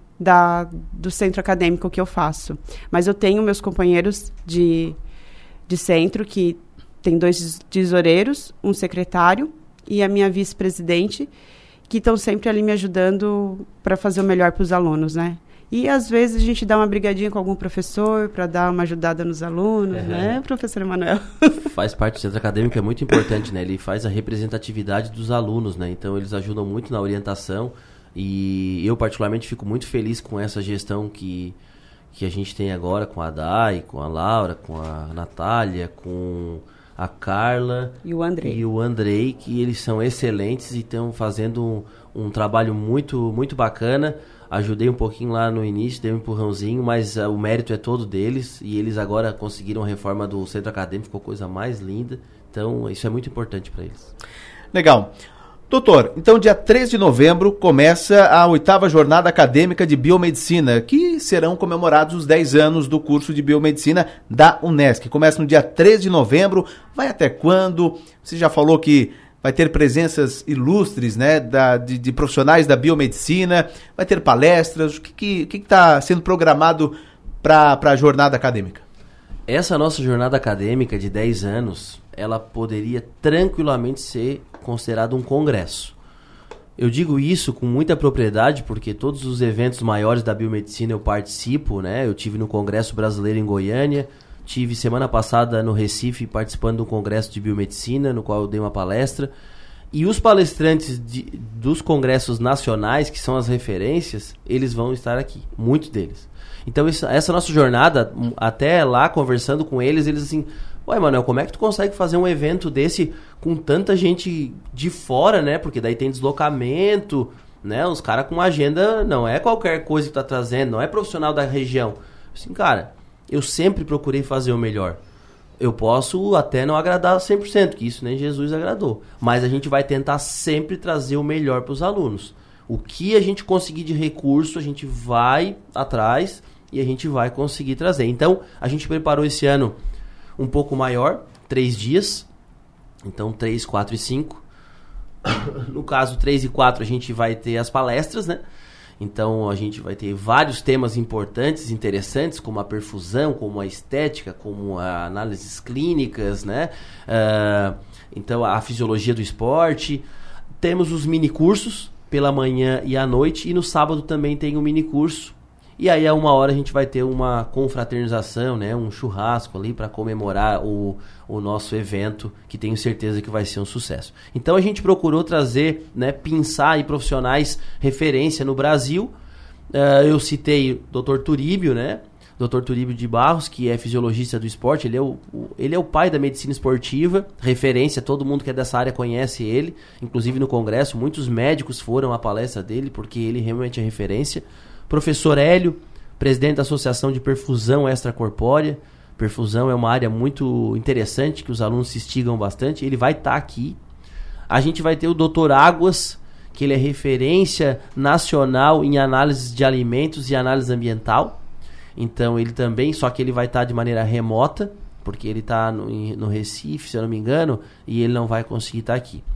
Do centro acadêmico que eu faço. Mas eu tenho meus companheiros de centro, que tem 2 tesoureiros, um secretário e a minha vice-presidente, que estão sempre ali me ajudando para fazer o melhor para os alunos, né? E, às vezes, a gente dá uma brigadinha com algum professor para dar uma ajudada nos alunos, né, professor Emanuel? Faz parte do centro acadêmico, é muito importante, né? Ele faz a representatividade dos alunos, né? Então, eles ajudam muito na orientação e eu, particularmente, fico muito feliz com essa gestão que a gente tem agora com a Dai, com a Laura, com a Natália, com a Carla e o Andrei, que eles são excelentes e estão fazendo um trabalho muito, muito bacana. Ajudei um pouquinho lá no início, dei um empurrãozinho, mas o mérito é todo deles e eles agora conseguiram a reforma do centro acadêmico, ficou coisa mais linda. Então, isso é muito importante para eles. Legal. Doutor, então dia 3 de novembro começa a 8ª Jornada Acadêmica de Biomedicina, que serão comemorados os 10 anos do curso de Biomedicina da Unesc. Começa no dia 3 de novembro, vai até quando? Você já falou que vai ter presenças ilustres, né, de profissionais da biomedicina, vai ter palestras, o que está sendo programado para a jornada acadêmica? Essa nossa jornada acadêmica de 10 anos, ela poderia tranquilamente ser considerado um congresso. Eu digo isso com muita propriedade porque todos os eventos maiores da biomedicina eu participo, né? Eu tive no Congresso Brasileiro em Goiânia, tive semana passada no Recife participando de um congresso de biomedicina, no qual eu dei uma palestra. E os palestrantes dos congressos nacionais, que são as referências, eles vão estar aqui, muitos deles. Então essa nossa jornada, até lá conversando com eles assim... Ué, Manuel, como é que tu consegue fazer um evento desse com tanta gente de fora, né? Porque daí tem deslocamento, né? Os caras com agenda, não é qualquer coisa que tá trazendo, não é profissional da região. Assim, cara, eu sempre procurei fazer o melhor. Eu posso até não agradar 100%, que isso nem Jesus agradou. Mas a gente vai tentar sempre trazer o melhor para os alunos. O que a gente conseguir de recurso, a gente vai atrás e a gente vai conseguir trazer. Então, a gente preparou esse ano um pouco maior, 3 dias, então 3, 4 e 5. No caso 3 e 4 a gente vai ter as palestras, né? Então a gente vai ter vários temas importantes, interessantes, como a perfusão, como a estética, como a análises clínicas, né? Então a fisiologia do esporte. Temos os mini cursos pela manhã e à noite, e no sábado também tem um mini curso. E aí a 1h a gente vai ter uma confraternização, né? Um churrasco ali para comemorar o nosso evento, que tenho certeza que vai ser um sucesso. Então a gente procurou trazer, né, pensar em profissionais referência no Brasil. Eu citei o Dr. Turíbio, né? Dr. Turíbio de Barros, que é fisiologista do esporte, ele é o pai da medicina esportiva, referência, todo mundo que é dessa área conhece ele, inclusive no congresso, muitos médicos foram à palestra dele, porque ele realmente é referência. Professor Hélio, presidente da Associação de Perfusão Extracorpórea. Perfusão é uma área muito interessante, que os alunos se instigam bastante. Ele vai estar aqui. A gente vai ter o Dr. Águas, que ele é referência nacional em análise de alimentos e análise ambiental. Então ele também, só que ele vai estar de maneira remota, porque ele está no Recife, se eu não me engano, e ele não vai conseguir estar aqui.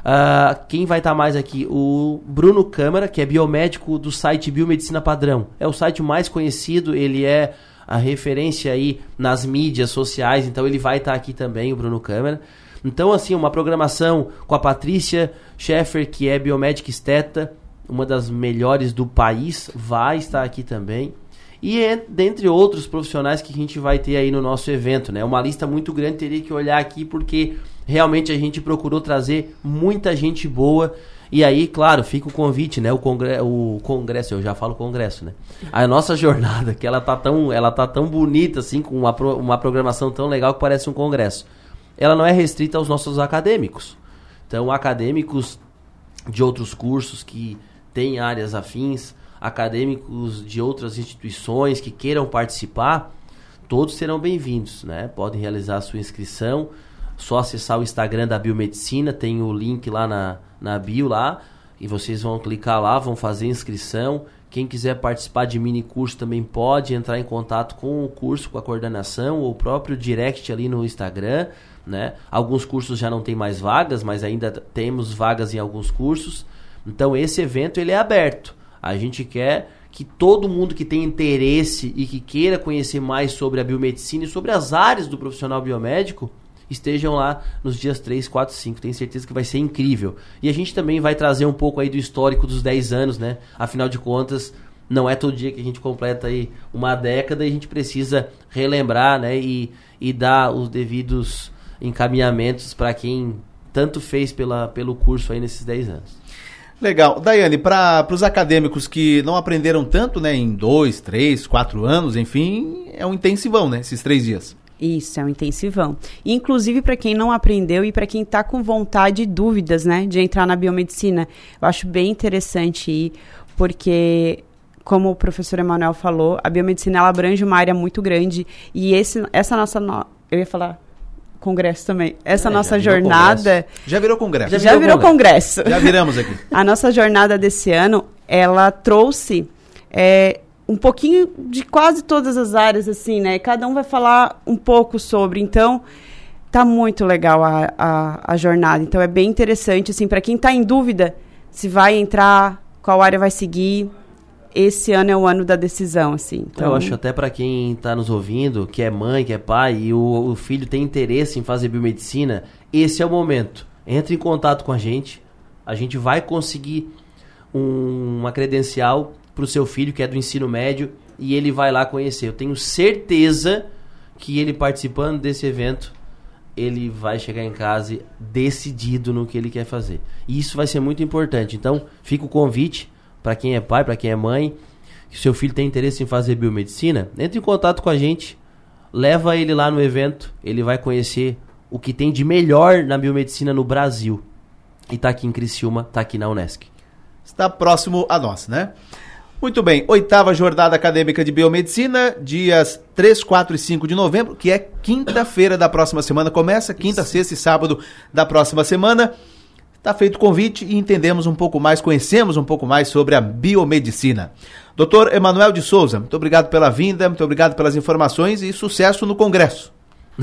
Quem vai estar mais aqui? O Bruno Câmara, que é biomédico do site Biomedicina Padrão. É o site mais conhecido, ele é a referência aí nas mídias sociais, então ele vai estar aqui também, o Bruno Câmara. Então, assim, uma programação com a Patrícia Schaeffer, que é biomédica esteta, uma das melhores do país, vai estar aqui também. E dentre outros profissionais que a gente vai ter aí no nosso evento, né? Uma lista muito grande, teria que olhar aqui, porque realmente a gente procurou trazer muita gente boa. E aí, claro, fica o convite, né? O congresso, eu já falo congresso, né? A nossa jornada, que ela tá tão bonita, assim, com uma programação tão legal que parece um congresso. Ela não é restrita aos nossos acadêmicos. Então, acadêmicos de outros cursos que têm áreas afins, acadêmicos de outras instituições que queiram participar, todos serão bem-vindos, né? Podem realizar a sua inscrição, só acessar o Instagram da Biomedicina, tem o link lá na bio lá, e vocês vão clicar lá, vão fazer a inscrição. Quem quiser participar de mini curso também pode entrar em contato com o curso, com a coordenação, ou o próprio direct ali no Instagram, né? Alguns cursos já não tem mais vagas, mas ainda temos vagas em alguns cursos. Então esse evento ele é aberto. A gente quer que todo mundo que tem interesse e que queira conhecer mais sobre a biomedicina e sobre as áreas do profissional biomédico estejam lá nos dias 3, 4, 5. Tenho certeza que vai ser incrível. E a gente também vai trazer um pouco aí do histórico dos 10 anos, né? Afinal de contas, não é todo dia que a gente completa aí uma década e a gente precisa relembrar, né? E dar os devidos encaminhamentos para quem tanto fez pelo curso aí nesses 10 anos. Legal. Daiane, para os acadêmicos que não aprenderam tanto, né, em 2, 3, 4 anos, enfim, é um intensivão, né, esses 3 dias. Isso, é um intensivão. Inclusive para quem não aprendeu e para quem está com vontade e dúvidas, né, de entrar na biomedicina. Eu acho bem interessante ir, porque, como o professor Emanuel falou, a biomedicina ela abrange uma área muito grande e essa nossa... Eu ia falar... congresso também. Essa nossa jornada... Já virou congresso. Já virou congresso. Já viramos aqui. A nossa jornada desse ano, ela trouxe um pouquinho de quase todas as áreas, assim, né? Cada um vai falar um pouco sobre. Então, tá muito legal a jornada. Então, é bem interessante, assim, para quem tá em dúvida se vai entrar, qual área vai seguir... Esse ano é o ano da decisão, assim. Então... Eu acho até para quem está nos ouvindo, que é mãe, que é pai, e o filho tem interesse em fazer biomedicina, esse é o momento. Entre em contato com a gente vai conseguir uma credencial para o seu filho, que é do ensino médio, e ele vai lá conhecer. Eu tenho certeza que ele participando desse evento, ele vai chegar em casa decidido no que ele quer fazer. E isso vai ser muito importante. Então, fica o convite para quem é pai, para quem é mãe, que seu filho tem interesse em fazer biomedicina, entre em contato com a gente, leva ele lá no evento, ele vai conhecer o que tem de melhor na biomedicina no Brasil. E tá aqui em Criciúma, tá aqui na Unesc. Está próximo a nós, né? Muito bem, 8ª Jornada Acadêmica de Biomedicina, dias 3, 4 e 5 de novembro, que é quinta-feira da próxima semana, começa quinta, sexta e sábado da próxima semana. Está feito o convite e entendemos um pouco mais, conhecemos um pouco mais sobre a biomedicina. Dr. Emanuel de Souza, muito obrigado pela vinda, muito obrigado pelas informações e sucesso no congresso.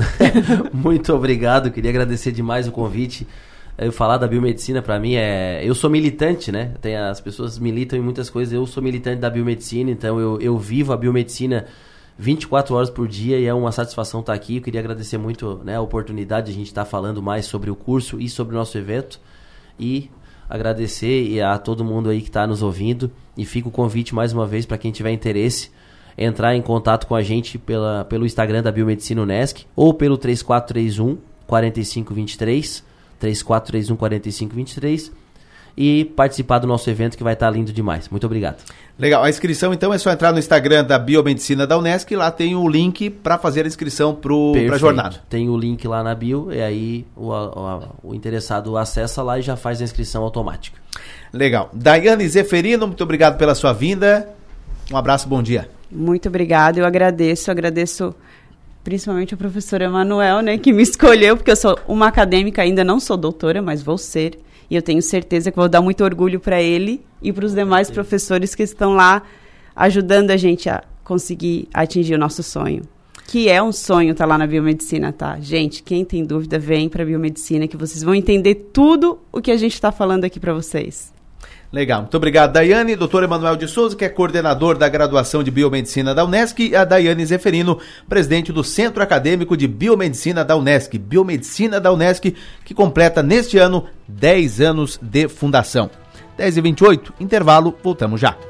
Muito obrigado, queria agradecer demais o convite. Eu falar da biomedicina para mim eu sou militante, né? As pessoas militam em muitas coisas, eu sou militante da biomedicina, então eu vivo a biomedicina 24 horas por dia e é uma satisfação estar aqui. Eu queria agradecer muito, né, a oportunidade de a gente estar falando mais sobre o curso e sobre o nosso evento. E agradecer a todo mundo aí que está nos ouvindo. E fica o convite mais uma vez para quem tiver interesse, entrar em contato com a gente pelo Instagram da Biomedicina Unesc ou pelo 3431-4523, 3431-4523 e participar do nosso evento que vai estar lindo demais. Muito obrigado. Legal, a inscrição então é só entrar no Instagram da Biomedicina da Unesc, lá tem o link para fazer a inscrição para a jornada. Tem o link lá na bio e aí o interessado acessa lá e já faz a inscrição automática. Legal. Daiane Zeferino, muito obrigado pela sua vinda. Um abraço, bom dia. Muito obrigada, eu agradeço principalmente ao professor Emanuel, né, que me escolheu, porque eu sou uma acadêmica, ainda não sou doutora, mas vou ser. E eu tenho certeza que vou dar muito orgulho para ele e para os demais professores que estão lá ajudando a gente a conseguir atingir o nosso sonho, que é um sonho estar lá na biomedicina, tá? Gente, quem tem dúvida, vem para a biomedicina, que vocês vão entender tudo o que a gente está falando aqui para vocês. Legal, muito obrigado, Daiane. Dr. Emanuel de Souza, que é coordenador da graduação de Biomedicina da Unesc, e a Daiane Zeferino, presidente do Centro Acadêmico de Biomedicina da Unesc. Biomedicina da Unesc, que completa neste ano 10 anos de fundação. 10h28, intervalo, voltamos já.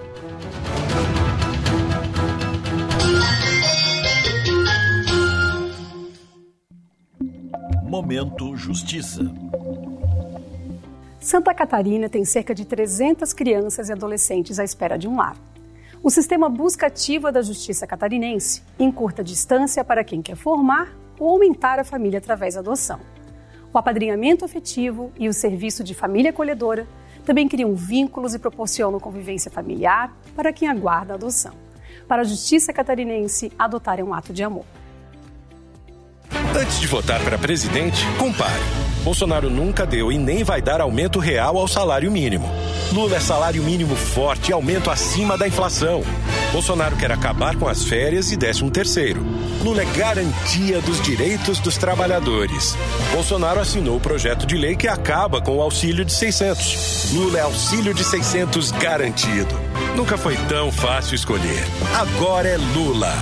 Momento Justiça. Santa Catarina tem cerca de 300 crianças e adolescentes à espera de um lar. O sistema Busca Ativa da Justiça Catarinense encurta a distância para quem quer formar ou aumentar a família através da adoção. O apadrinhamento afetivo e o serviço de família acolhedora também criam vínculos e proporcionam convivência familiar para quem aguarda a adoção. Para a Justiça Catarinense, adotar é um ato de amor. Antes de votar para presidente, compare. Bolsonaro nunca deu e nem vai dar aumento real ao salário mínimo. Lula é salário mínimo forte e aumento acima da inflação. Bolsonaro quer acabar com as férias e 13º. Lula é garantia dos direitos dos trabalhadores. Bolsonaro assinou o projeto de lei que acaba com o auxílio de 600. Lula é auxílio de 600 garantido. Nunca foi tão fácil escolher. Agora é Lula.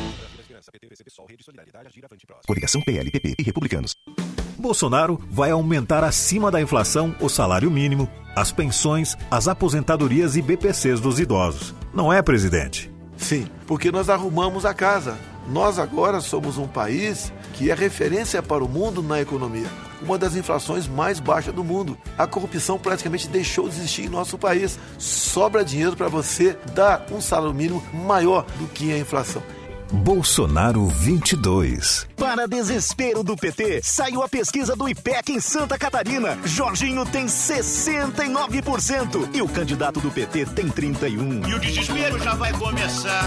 Coligação PL-PP e Republicanos. Bolsonaro vai aumentar acima da inflação o salário mínimo, as pensões, as aposentadorias e BPCs dos idosos. Não é, presidente? Sim, porque nós arrumamos a casa. Nós agora somos um país que é referência para o mundo na economia. Uma das inflações mais baixas do mundo. A corrupção praticamente deixou de existir em nosso país. Sobra dinheiro para você dar um salário mínimo maior do que a inflação. Bolsonaro 22. Para desespero do PT, saiu a pesquisa do IPEC em Santa Catarina. Jorginho tem 69% e o candidato do PT tem 31%. E o desespero já vai começar.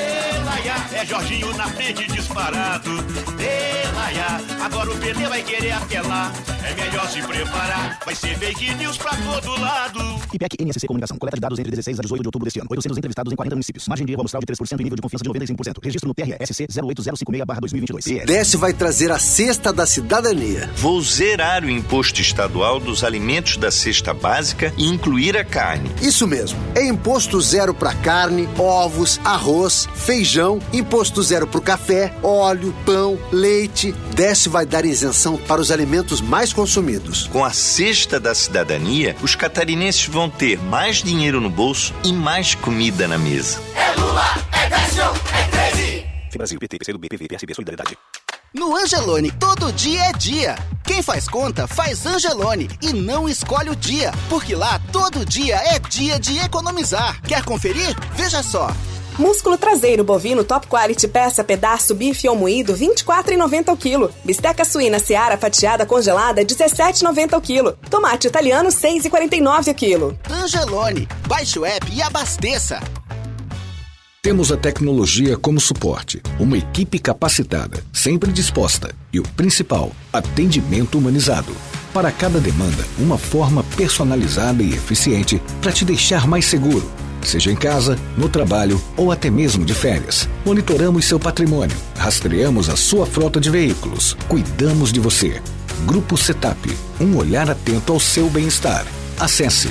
É Jorginho na frente disparado. Agora o PT vai querer apelar. É melhor se preparar. Vai ser fake news pra todo lado. IPEC NSC Comunicação. Coleta de dados entre 16 a 18 de outubro deste ano. 800 entrevistados em 40 municípios. Margem de erro amostral de 3% e nível de confiança de 95%. Registro no TRSC 08056/2022. Desce vai trazer a Cesta da Cidadania. Vou zerar o imposto estadual dos alimentos da cesta básica e incluir a carne. Isso mesmo. É imposto zero para carne, ovos, arroz, feijão, imposto zero para o café, óleo, pão, leite. Desce vai dar isenção para os alimentos mais consumidos. Com a Cesta da Cidadania, os catarinenses vão ter mais dinheiro no bolso e mais comida na mesa. É Lula, é Décio, é 13. Brasil, PT, PCdoB, PV, PSB, Solidariedade. No Angelone, todo dia é dia. Quem faz conta, faz Angelone e não escolhe o dia, porque lá todo dia é dia de economizar. Quer conferir? Veja só. Músculo traseiro bovino top quality peça pedaço bife ou moído R$ 24,90 o quilo. Bisteca suína Seara fatiada congelada R$ 17,90 o quilo. Tomate italiano R$ 6,49 o quilo. Angelone, baixe o app e abasteça. Temos a tecnologia como suporte, uma equipe capacitada, sempre disposta e o principal, atendimento humanizado. Para cada demanda, uma forma personalizada e eficiente para te deixar mais seguro. Seja em casa, no trabalho ou até mesmo de férias. Monitoramos seu patrimônio, rastreamos a sua frota de veículos, cuidamos de você. Grupo Setap, um olhar atento ao seu bem-estar. Acesse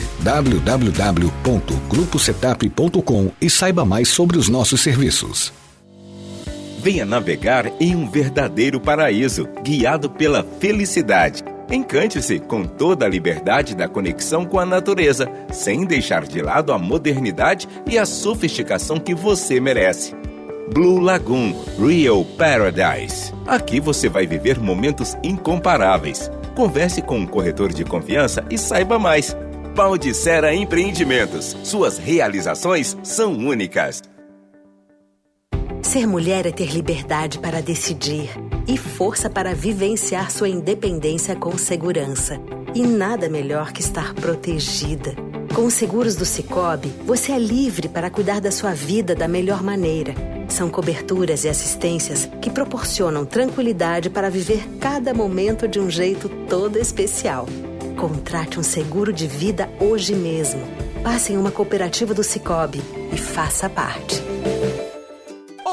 www.gruposetap.com e saiba mais sobre os nossos serviços. Venha navegar em um verdadeiro paraíso, guiado pela felicidade. Encante-se com toda a liberdade da conexão com a natureza, sem deixar de lado a modernidade e a sofisticação que você merece. Blue Lagoon Real Paradise. Aqui você vai viver momentos incomparáveis. Converse com um corretor de confiança e saiba mais. Paldicera Empreendimentos. Suas realizações são únicas. Ser mulher é ter liberdade para decidir e força para vivenciar sua independência com segurança. E nada melhor que estar protegida. Com os seguros do Sicoob, você é livre para cuidar da sua vida da melhor maneira. São coberturas e assistências que proporcionam tranquilidade para viver cada momento de um jeito todo especial. Contrate um seguro de vida hoje mesmo. Passe em uma cooperativa do Sicoob e faça parte. Outubro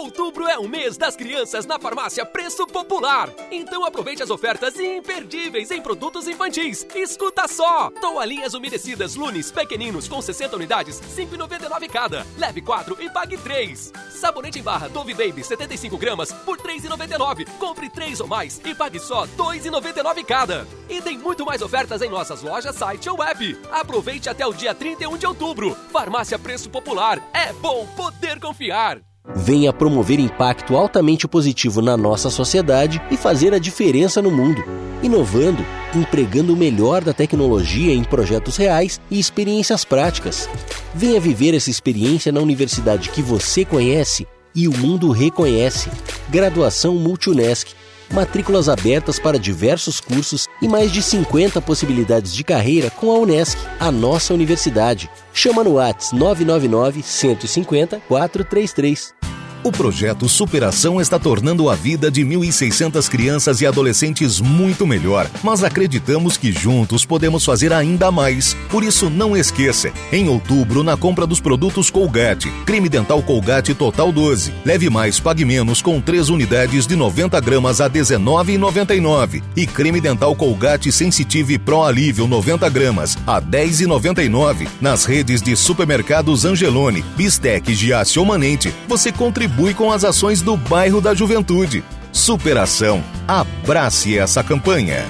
Outubro é o mês das crianças na farmácia Preço Popular. Então aproveite as ofertas imperdíveis em produtos infantis. Escuta só! Toalhinhas umedecidas Lunes pequeninos com 60 unidades, R$ 5,99 cada. Leve 4 e pague 3. Sabonete em barra Dove Baby 75 gramas por R$ 3,99. Compre 3 ou mais e pague só R$ 2,99 cada. E tem muito mais ofertas em nossas lojas, site ou web. Aproveite até o dia 31 de outubro. Farmácia Preço Popular. É bom poder confiar. Venha promover impacto altamente positivo na nossa sociedade e fazer a diferença no mundo. Inovando, empregando o melhor da tecnologia em projetos reais e experiências práticas. Venha viver essa experiência na universidade que você conhece e o mundo reconhece. Graduação Multi-Unesc. Matrículas abertas para diversos cursos e mais de 50 possibilidades de carreira com a Unesc, a nossa universidade. Chama no WhatsApp 999 150 433. O projeto Superação está tornando a vida de 1.600 crianças e adolescentes muito melhor, mas acreditamos que juntos podemos fazer ainda mais. Por isso, não esqueça, em outubro, na compra dos produtos Colgate, creme dental Colgate Total 12, leve mais, pague menos com 3 unidades de 90 gramas a R$ 19,99 e creme dental Colgate Sensitive Pro Alívio 90 gramas a R$ 10,99. Nas redes de supermercados Angelone, Bistec, Giasse ou Manente, você contribui com as ações do bairro da Juventude. Superação. Abrace essa campanha.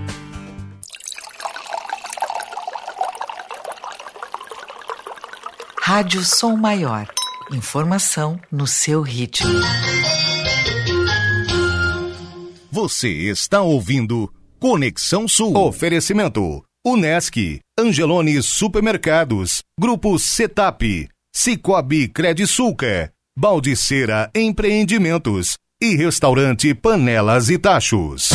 Rádio Som Maior. Informação no seu ritmo. Você está ouvindo Conexão Sul. Oferecimento: Unesc, Angelone Supermercados, Grupo Setap, Cicobi Credisulca, Baldiceira Empreendimentos e Restaurante Panelas e Tachos.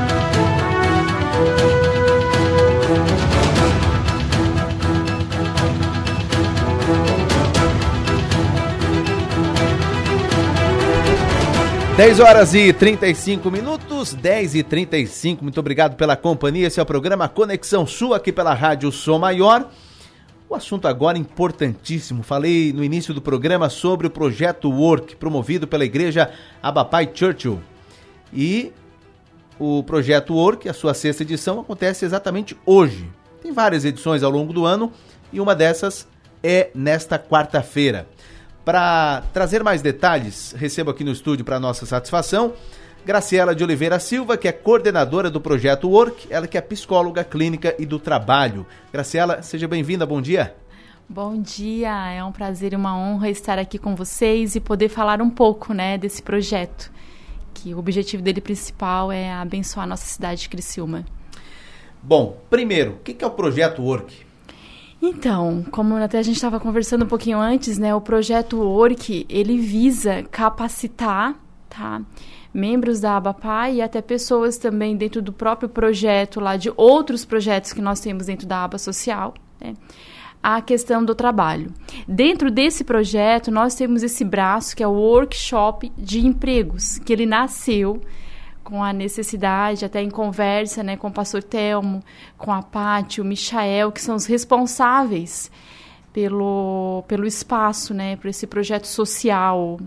Dez horas e 35 minutos, 10h35. Muito obrigado pela companhia. Esse é o programa Conexão Sul, aqui pela Rádio Som Maior. O assunto agora importantíssimo. Falei no início do programa sobre o projeto Work, promovido pela Igreja Abapai Churchill. E o projeto Work, a sua 6ª edição, acontece exatamente hoje. Tem várias edições ao longo do ano e uma dessas é nesta quarta-feira. Para trazer mais detalhes, recebo aqui no estúdio para nossa satisfação Graciela de Oliveira Silva, que é coordenadora do projeto Work, ela que é psicóloga clínica e do trabalho. Graciela, seja bem-vinda, bom dia. Bom dia, é um prazer e uma honra estar aqui com vocês e poder falar um pouco, desse projeto, que o objetivo dele principal é abençoar a nossa cidade de Criciúma. Bom, primeiro, o que é o projeto Work? Então, como até a gente estava conversando um pouquinho antes, o projeto Work, ele visa capacitar, membros da Abapai e até pessoas também dentro do próprio projeto, lá de outros projetos que nós temos dentro da aba social, a questão do trabalho. Dentro desse projeto, nós temos esse braço que é o Workshop de Empregos, que ele nasceu com a necessidade, até em conversa com o pastor Telmo, com a Pati, o Michael, que são os responsáveis pelo espaço, por esse projeto social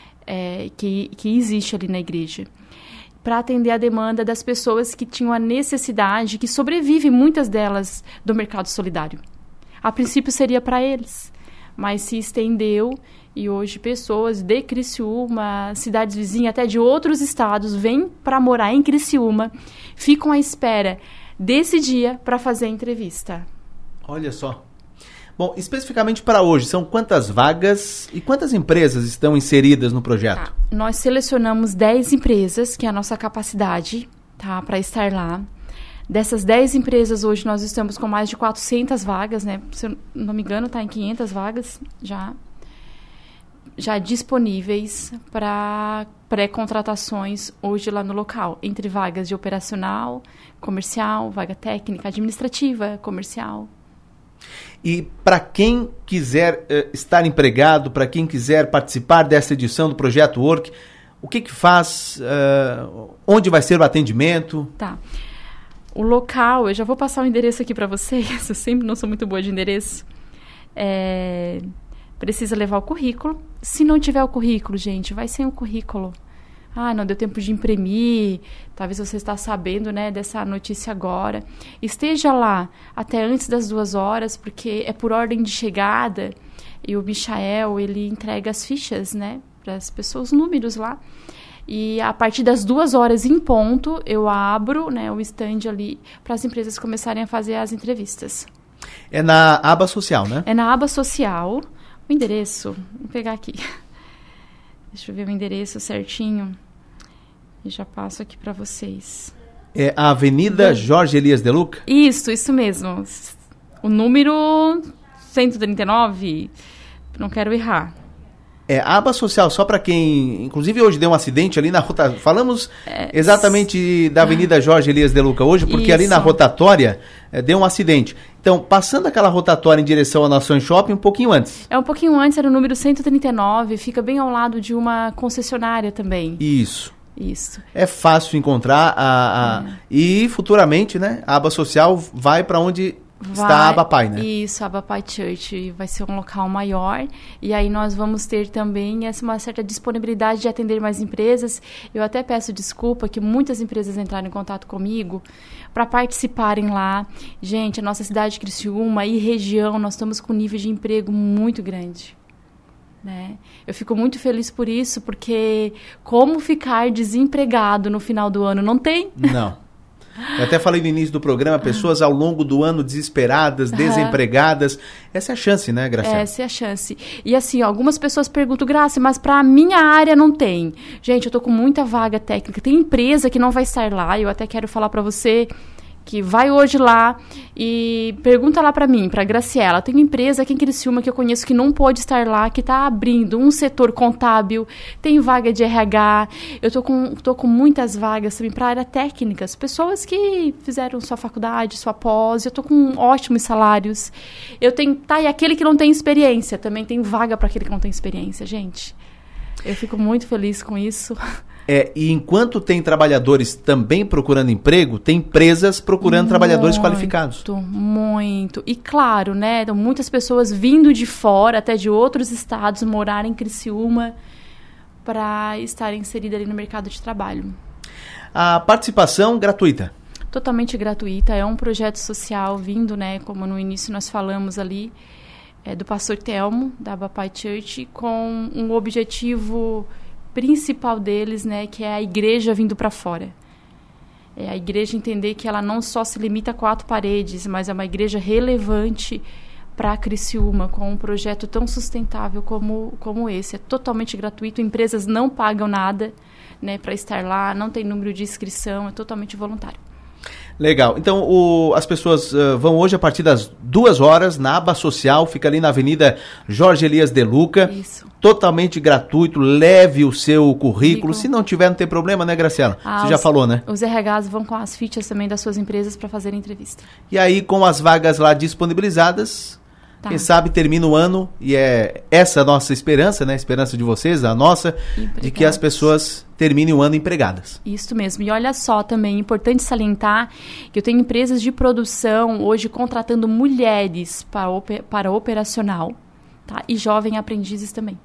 que existe ali na igreja, para atender a demanda das pessoas que tinham a necessidade, que sobrevivem, muitas delas, do mercado solidário. A princípio seria para eles, mas se estendeu e hoje pessoas de Criciúma, cidades vizinhas, até de outros estados, vêm para morar em Criciúma, ficam à espera desse dia para fazer a entrevista. Olha só. Bom, especificamente para hoje, são quantas vagas e quantas empresas estão inseridas no projeto? Nós selecionamos 10 empresas, que é a nossa capacidade, para estar lá. Dessas 10 empresas, hoje nós estamos com mais de 400 vagas, se eu não me engano, está em 500 vagas já disponíveis para pré-contratações hoje lá no local, entre vagas de operacional, comercial, vaga técnica, administrativa, comercial. E para quem quiser estar empregado, para quem quiser participar dessa edição do Projeto Work, o que faz? Onde vai ser o atendimento? O local, eu já vou passar o endereço aqui para vocês, eu sempre não sou muito boa de endereço. precisa levar o currículo. Se não tiver o currículo, gente, vai sem o currículo. Não deu tempo de imprimir, talvez você está sabendo, né, dessa notícia agora. Esteja lá até antes das 2 horas, porque é por ordem de chegada, e o Michael, ele entrega as fichas, né, para as pessoas, os números lá. E a partir das 2 horas em ponto, eu abro, né, o stand ali para as empresas começarem a fazer as entrevistas. É na aba social, né? É na aba social. O endereço, vou pegar aqui. Deixa eu ver o endereço certinho. E já passo aqui para vocês. É a Avenida Jorge Elias de Luca? Isso mesmo. O número 139, não quero errar. É, a aba social, só para quem... Inclusive hoje deu um acidente ali na rotatória. Falamos exatamente da Avenida Jorge Elias de Luca hoje, porque ali na rotatória deu um acidente. Então, passando aquela rotatória em direção ao Nações Shopping, um pouquinho antes. Um pouquinho antes, era o número 139, fica bem ao lado de uma concessionária também. Isso. É fácil encontrar e futuramente, né, a aba social vai para onde está a Abapai, né? Isso, a Abapai Church vai ser um local maior e aí nós vamos ter também uma certa disponibilidade de atender mais empresas. Eu até peço desculpa que muitas empresas entraram em contato comigo para participarem lá. Gente, a nossa cidade de Criciúma e região, nós estamos com um nível de emprego muito grande. Né? Eu fico muito feliz por isso, porque como ficar desempregado no final do ano? Não tem. Não. Eu até falei no início do programa, pessoas ao longo do ano desesperadas, desempregadas. Essa é a chance, né, Graciela? Essa é a chance. E assim, algumas pessoas perguntam, Graça, mas para a minha área não tem. Gente, eu tô com muita vaga técnica. Tem empresa que não vai estar lá. Eu até quero falar para você que vai hoje lá e pergunta lá para mim, para Graciela. Tem uma empresa aqui em Criciúma que eu conheço que não pode estar lá, que está abrindo um setor contábil, tem vaga de RH. Eu tô com muitas vagas também para área técnicas, pessoas que fizeram sua faculdade, sua pós. Eu tô com ótimos salários. E aquele que não tem experiência, também tem vaga para aquele que não tem experiência, gente. Eu fico muito feliz com isso. E enquanto tem trabalhadores também procurando emprego, tem empresas procurando trabalhadores qualificados. Muito. E claro, né, então, muitas pessoas vindo de fora, até de outros estados, morar em Criciúma para estarem inseridas ali no mercado de trabalho. A participação gratuita? Totalmente gratuita. É um projeto social vindo, né, como no início nós falamos ali, do pastor Telmo, da Abapai Church, com um objetivo principal deles, né, que é a igreja vindo para fora. É a igreja entender que ela não só se limita a 4 paredes, mas é uma igreja relevante para Criciúma, com um projeto tão sustentável como esse. É totalmente gratuito, empresas não pagam nada, né, para estar lá, não tem número de inscrição, é totalmente voluntário. Legal. Então, as pessoas vão hoje a partir das 2 horas na aba social, fica ali na Avenida Jorge Elias de Luca. Isso. Totalmente gratuito, leve o seu currículo. Se não tiver, não tem problema, né, Graciela? Você já falou, né? Os RHs vão com as fichas também das suas empresas para fazer entrevista. E aí, com as vagas lá disponibilizadas, quem sabe termina o ano, e é essa a nossa esperança, né? A esperança de vocês, a nossa, de que as pessoas terminem o ano empregadas. Isso mesmo. E olha só também, é importante salientar que eu tenho empresas de produção hoje contratando mulheres para operacional, tá? E jovem aprendizes também.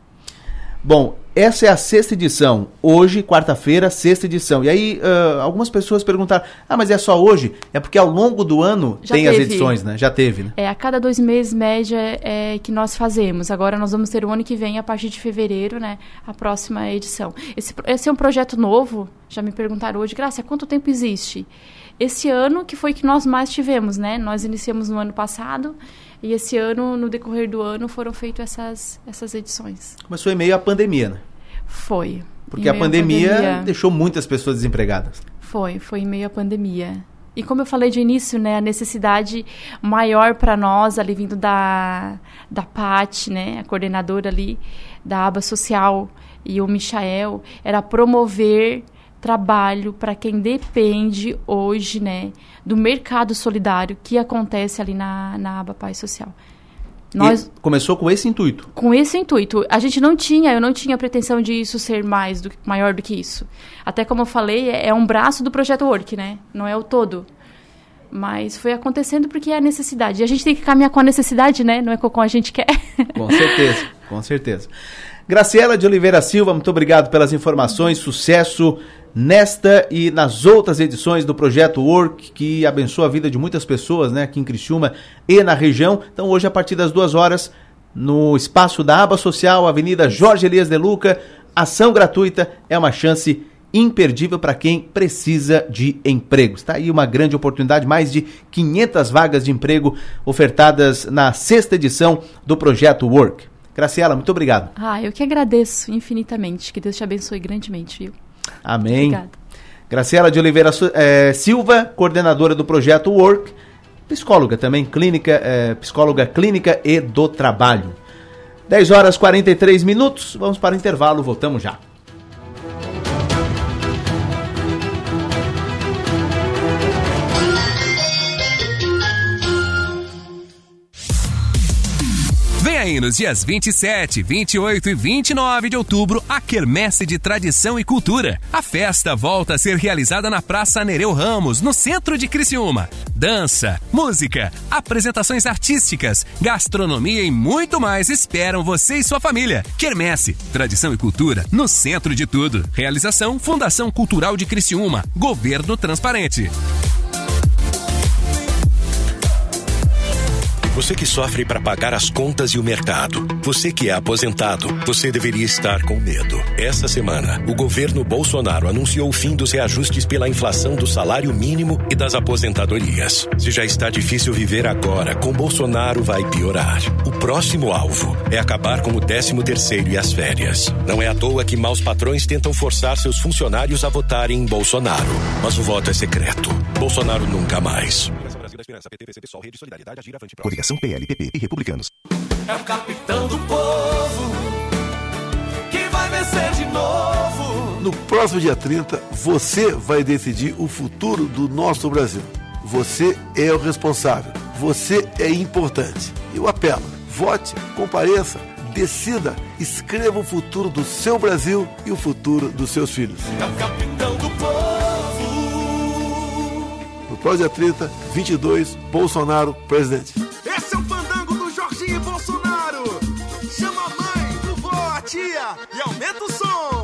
Bom, essa é a 6ª edição. Hoje, quarta-feira, 6ª edição. E aí, algumas pessoas perguntaram, mas é só hoje? É porque ao longo do ano tem as edições, né? Já teve, né? A cada 2 meses, média, que nós fazemos. Agora nós vamos ter o ano que vem, a partir de fevereiro, né? A próxima edição. Esse é um projeto novo. Já me perguntaram hoje, Graça, há quanto tempo existe? Esse ano que foi que nós mais tivemos, né? Nós iniciamos no ano passado. E esse ano, no decorrer do ano, foram feitas essas edições. Começou em meio à pandemia, né? Foi. Porque a pandemia deixou muitas pessoas desempregadas. Foi em meio à pandemia. E como eu falei de início, né, a necessidade maior para nós, ali vindo da Paty, né, a coordenadora ali da aba social, e o Michael, era promover trabalho para quem depende hoje, né, do mercado solidário que acontece ali na Abapai Social. E começou com esse intuito? Com esse intuito. Eu não tinha pretensão de isso ser maior do que isso. Até como eu falei, é um braço do Projeto Work, né? Não é o todo. Mas foi acontecendo porque é a necessidade. E a gente tem que caminhar com a necessidade, né? Não é como a gente quer. Com certeza, com certeza. Graciela de Oliveira Silva, muito obrigado pelas informações, sucesso nesta e nas outras edições do Projeto Work, que abençoa a vida de muitas pessoas, né, aqui em Criciúma e na região. Então hoje, a partir das 2h, no espaço da Aba Social, Avenida Jorge Elias de Luca, ação gratuita, é uma chance imperdível para quem precisa de emprego. Está aí uma grande oportunidade, mais de 500 vagas de emprego ofertadas na 6ª edição do Projeto Work. Graciela, muito obrigado. Eu que agradeço infinitamente. Que Deus te abençoe grandemente, viu? Amém. Obrigada. Graciela de Oliveira Silva, coordenadora do Projeto Work, psicóloga também, psicóloga clínica e do trabalho. 10h43, vamos para o intervalo, voltamos já. Vem aí nos dias 27, 28 e 29 de outubro a Quermesse de Tradição e Cultura. A festa volta a ser realizada na Praça Nereu Ramos, no centro de Criciúma. Dança, música, apresentações artísticas, gastronomia e muito mais esperam você e sua família. Quermesse, Tradição e Cultura, no centro de tudo. Realização Fundação Cultural de Criciúma. Governo transparente. Você que sofre para pagar as contas e o mercado. Você que é aposentado. Você deveria estar com medo. Essa semana, o governo Bolsonaro anunciou o fim dos reajustes pela inflação do salário mínimo e das aposentadorias. Se já está difícil viver agora, com Bolsonaro vai piorar. O próximo alvo é acabar com o 13º e as férias. Não é à toa que maus patrões tentam forçar seus funcionários a votarem em Bolsonaro. Mas o voto é secreto. Bolsonaro nunca mais. Coligação PL, PP e Republicanos. É o capitão do povo que vai vencer de novo. No próximo dia 30, você vai decidir o futuro do nosso Brasil. Você é o responsável. Você é importante. Eu apelo, vote, compareça, decida, escreva o futuro do seu Brasil e o futuro dos seus filhos. É o capitão do povo. No próximo dia 30, 22, Bolsonaro presidente. Esse é o fandango do Jorginho e Bolsonaro. Chama a mãe, vovó, a tia e aumenta o som.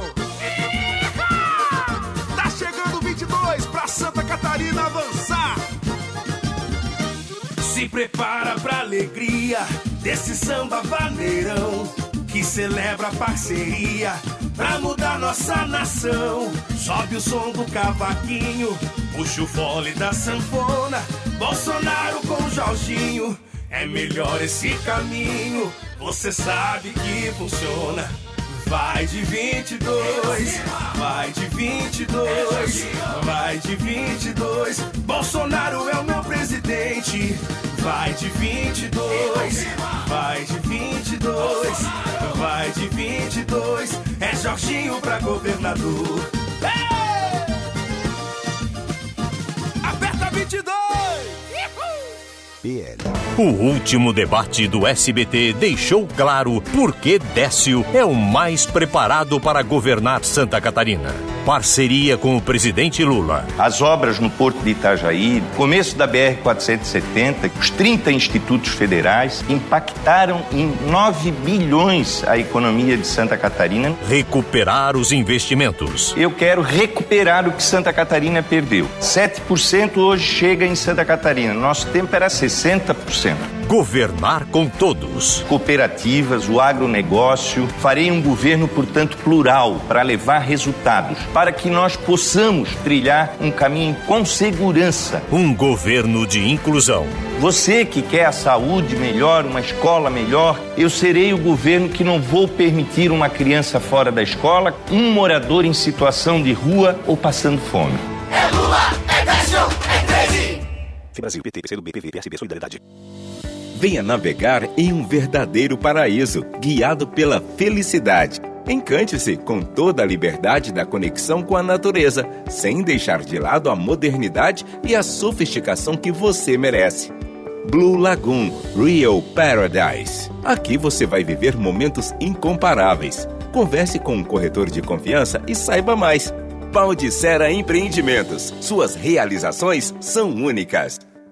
Tá chegando 22 pra Santa Catarina avançar. Se prepara pra alegria desse samba vaneirão que celebra a parceria pra mudar nossa nação. Sobe o som do cavaquinho, puxa o fole da sanfona. Bolsonaro com Jorginho, é melhor esse caminho. Você sabe que funciona. Vai de 22, vai de 22, vai de 22. Bolsonaro é o meu presidente. Vai de 22, vai de 22, vai de 22. É Jorginho pra governador. Hey! Aperta 22. PL. O último debate do SBT deixou claro por que Décio é o mais preparado para governar Santa Catarina. Parceria com o presidente Lula. As obras no Porto de Itajaí, começo da BR-470, os 30 institutos federais impactaram em 9 bilhões a economia de Santa Catarina. Recuperar os investimentos. Eu quero recuperar o que Santa Catarina perdeu. 7% hoje chega em Santa Catarina. Nosso tempo era 60%. Governar com todos. Cooperativas, o agronegócio. Farei um governo, portanto, plural, para levar resultados, para que nós possamos trilhar um caminho com segurança. Um governo de inclusão. Você que quer a saúde melhor, uma escola melhor, eu serei o governo que não vou permitir uma criança fora da escola, um morador em situação de rua ou passando fome. É Lula, é Décio, é 13. Brasil, PT, PCdoB, PV, PSB, Solidariedade. Venha navegar em um verdadeiro paraíso, guiado pela felicidade. Encante-se com toda a liberdade da conexão com a natureza, sem deixar de lado a modernidade e a sofisticação que você merece. Blue Lagoon, Real Paradise. Aqui você vai viver momentos incomparáveis. Converse com um corretor de confiança e saiba mais. Pau de Serra Empreendimentos. Suas realizações são únicas.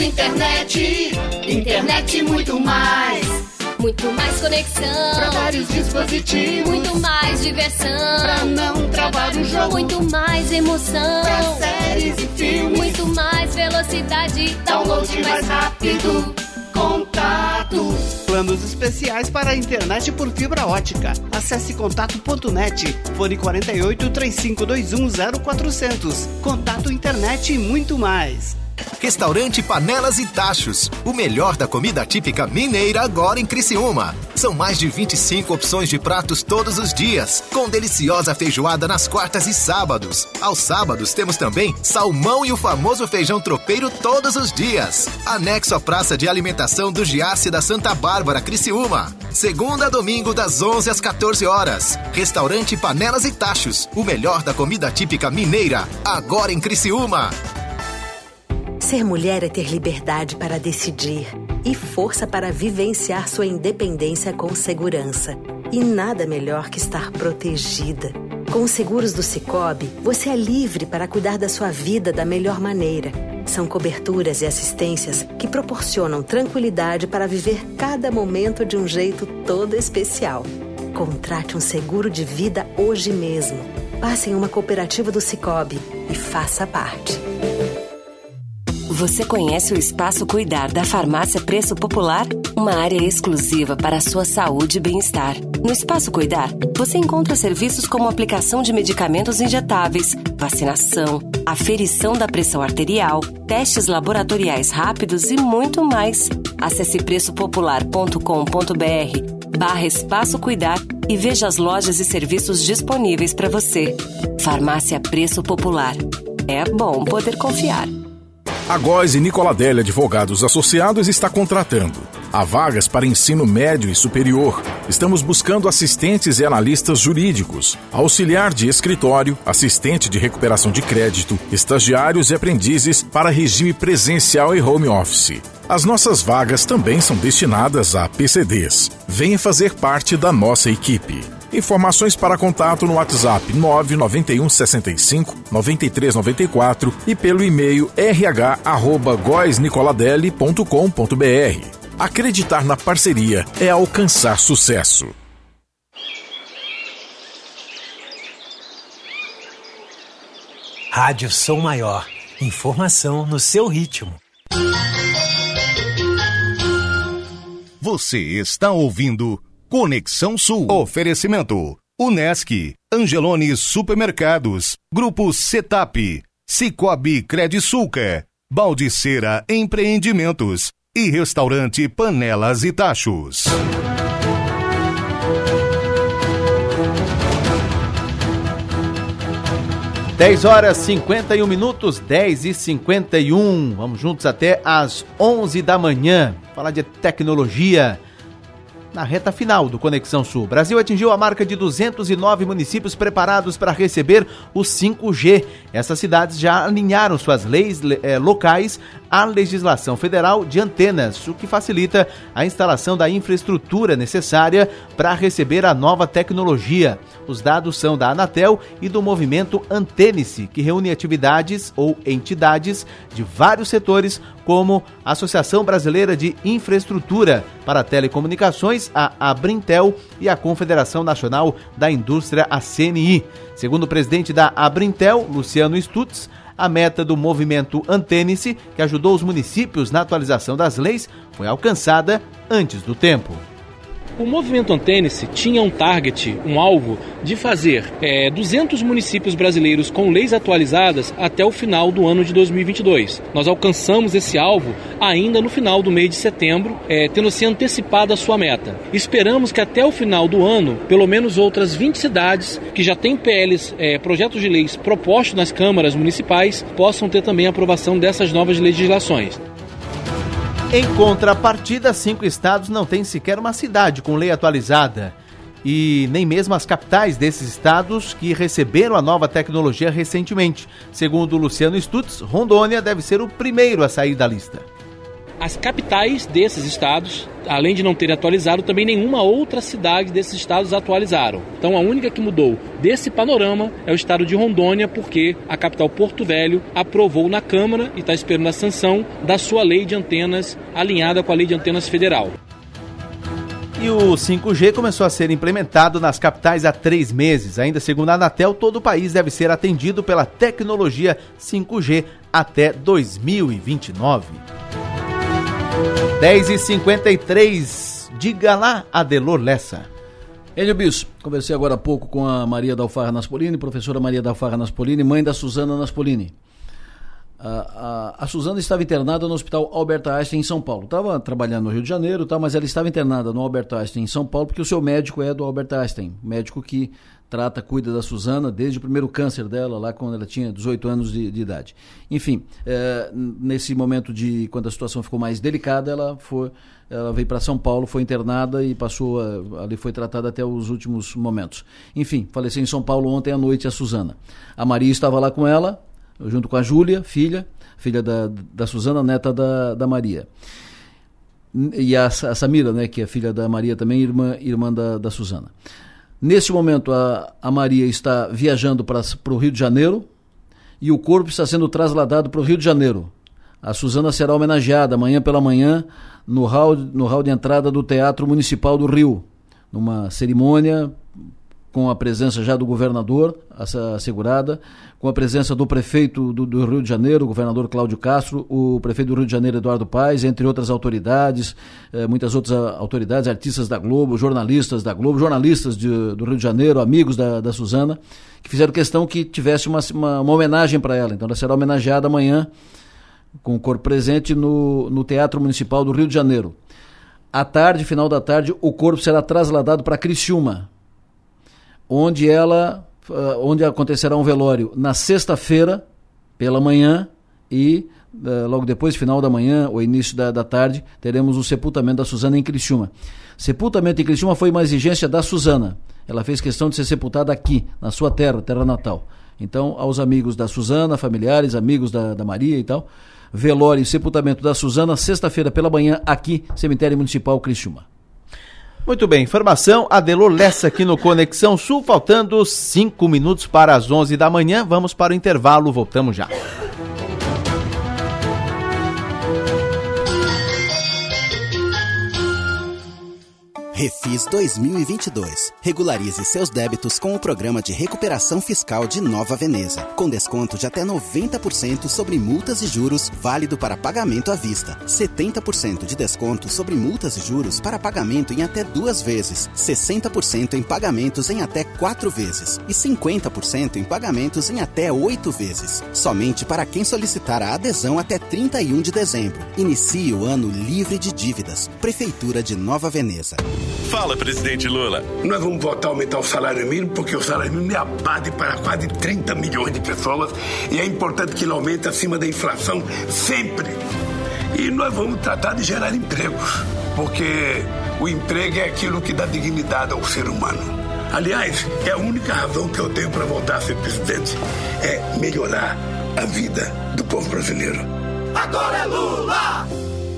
internet. Internet muito mais. Muito mais conexão. Pra vários dispositivos. Muito mais diversão. Pra não travar o jogo. Muito mais emoção. Pra séries e filmes. Muito mais velocidade. Download mais rápido. Contato. Planos especiais para a internet por fibra ótica. Acesse contato.net. Fone 48 3521 0400. Contato internet e muito mais. Restaurante Panelas e Tachos, o melhor da comida típica mineira agora em Criciúma. São mais de 25 opções de pratos todos os dias, com deliciosa feijoada nas quartas e sábados. Aos sábados temos também salmão e o famoso feijão tropeiro todos os dias. Anexo à Praça de Alimentação do Giasse da Santa Bárbara, Criciúma. Segunda a domingo das 11 às 14 horas. Restaurante Panelas e Tachos, o melhor da comida típica mineira agora em Criciúma. Ser mulher é ter liberdade para decidir e força para vivenciar sua independência com segurança. E nada melhor que estar protegida. Com os seguros do Sicoob, você é livre para cuidar da sua vida da melhor maneira. São coberturas e assistências que proporcionam tranquilidade para viver cada momento de um jeito todo especial. Contrate um seguro de vida hoje mesmo. Passe em uma cooperativa do Sicoob e faça parte. Você conhece o Espaço Cuidar da Farmácia Preço Popular? Uma área exclusiva para a sua saúde e bem-estar. No Espaço Cuidar, você encontra serviços como aplicação de medicamentos injetáveis, vacinação, aferição da pressão arterial, testes laboratoriais rápidos e muito mais. Acesse preçopopular.com.br/Espaço Cuidar e veja as lojas e serviços disponíveis para você. Farmácia Preço Popular. É bom poder confiar. A Góes e Nicoladelli Advogados Associados está contratando. Há vagas para ensino médio e superior. Estamos buscando assistentes e analistas jurídicos, auxiliar de escritório, assistente de recuperação de crédito, estagiários e aprendizes para regime presencial e home office. As nossas vagas também são destinadas a PCDs. Venha fazer parte da nossa equipe. Informações para contato no WhatsApp 991 65 93 94 e pelo e-mail rh@goesnicoladelli.com.br. Acreditar na parceria é alcançar sucesso. Rádio Som Maior. Informação no seu ritmo. Você está ouvindo Conexão Sul. Oferecimento: Unesc, Angelone Supermercados, Grupo Setap, Sicoob Credisulca, Baldiceira Empreendimentos e Restaurante Panelas e Tachos. 10h51, 10h51. Vamos juntos até às 11 da manhã. Falar de tecnologia. Na reta final do Conexão Sul, o Brasil atingiu a marca de 209 municípios preparados para receber o 5G. Essas cidades já alinharam suas leis locais à legislação federal de antenas, o que facilita a instalação da infraestrutura necessária para receber a nova tecnologia. Os dados são da Anatel e do movimento Antene-se, que reúne atividades ou entidades de vários setores, como a Associação Brasileira de Infraestrutura para Telecomunicações, a Abrintel, e a Confederação Nacional da Indústria, a CNI. Segundo o presidente da Abrintel, Luciano Stutz, a meta do movimento Antene-se, que ajudou os municípios na atualização das leis, foi alcançada antes do tempo. O movimento Antene-se tinha um target, um alvo, de fazer 200 municípios brasileiros com leis atualizadas até o final do ano de 2022. Nós alcançamos esse alvo ainda no final do mês de setembro, tendo se antecipado a sua meta. Esperamos que até o final do ano, pelo menos outras 20 cidades que já têm PLs, projetos de leis propostos nas câmaras municipais, possam ter também a aprovação dessas novas legislações. Em contrapartida, 5 estados não têm sequer uma cidade com lei atualizada. E nem mesmo as capitais desses estados que receberam a nova tecnologia recentemente. Segundo Luciano Stutz, Rondônia deve ser o primeiro a sair da lista. as capitais desses estados, além de não terem atualizado, também nenhuma outra cidade desses estados atualizaram. Então a única que mudou desse panorama é o estado de Rondônia, porque a capital Porto Velho aprovou na Câmara e está esperando a sanção da sua lei de antenas alinhada com a lei de antenas federal. E o 5G começou a ser implementado nas capitais há 3 meses. Ainda segundo a Anatel, todo o país deve ser atendido pela tecnologia 5G até 2029. 10h53, diga lá, Adelor Lessa. Enio Bis, conversei agora há pouco com a Maria Dalfarra Naspolini, professora Maria Dalfarra Naspolini, mãe da Suzana Naspolini. A Suzana estava internada no Hospital Albert Einstein em São Paulo. Estava trabalhando no Rio de Janeiro, mas ela estava internada no Albert Einstein em São Paulo porque o seu médico é do Albert Einstein, médico que cuida da Suzana desde o primeiro câncer dela, lá quando ela tinha 18 anos de idade. Enfim, nesse momento quando a situação ficou mais delicada, ela veio para São Paulo, foi internada e ali foi tratada até os últimos momentos. Enfim, faleceu em São Paulo ontem à noite a Suzana. A Maria estava lá com ela, junto com a Júlia, filha da Suzana, neta da Maria. E a Samira, né, que é filha da Maria também, irmã da Suzana. Nesse momento, a Maria está viajando para o Rio de Janeiro e o corpo está sendo trasladado para o Rio de Janeiro. A Suzana será homenageada amanhã pela manhã no hall de entrada do Teatro Municipal do Rio, numa cerimônia com a presença já do governador assegurada, com a presença do prefeito do Rio de Janeiro, o governador Cláudio Castro, o prefeito do Rio de Janeiro, Eduardo Paes, entre outras autoridades, muitas outras autoridades, artistas da Globo, jornalistas da Globo, jornalistas do Rio de Janeiro, amigos da Suzana, que fizeram questão que tivesse uma homenagem para ela. Então ela será homenageada amanhã, com o corpo presente, no Teatro Municipal do Rio de Janeiro. À tarde, final da tarde, o corpo será trasladado para Criciúma, onde acontecerá um velório na sexta-feira, pela manhã, e logo depois, final da manhã ou início da tarde, teremos o sepultamento da Suzana em Criciúma. Sepultamento em Criciúma foi uma exigência da Suzana. Ela fez questão de ser sepultada aqui, na sua terra natal. Então, aos amigos da Suzana, familiares, amigos da Maria e tal, velório e sepultamento da Suzana, sexta-feira pela manhã, aqui, Cemitério Municipal Criciúma. Muito bem, informação, Adelor Lessa aqui no Conexão Sul, faltando 5 minutos para as 11 da manhã, vamos para o intervalo, voltamos já. Refis 2022. Regularize seus débitos com o Programa de Recuperação Fiscal de Nova Veneza, com desconto de até 90% sobre multas e juros, válido para pagamento à vista. 70% de desconto sobre multas e juros para pagamento em até 2 vezes, 60% em pagamentos em até 4 vezes e 50% em pagamentos em até 8 vezes. Somente para quem solicitar a adesão até 31 de dezembro. Inicie o ano livre de dívidas. Prefeitura de Nova Veneza. Fala, presidente Lula. Nós vamos votar aumentar o salário mínimo, porque o salário mínimo é a base para quase 30 milhões de pessoas e é importante que ele aumente acima da inflação sempre. E nós vamos tratar de gerar empregos, porque o emprego é aquilo que dá dignidade ao ser humano. Aliás, é a única razão que eu tenho para voltar a ser presidente, é melhorar a vida do povo brasileiro. Agora é Lula!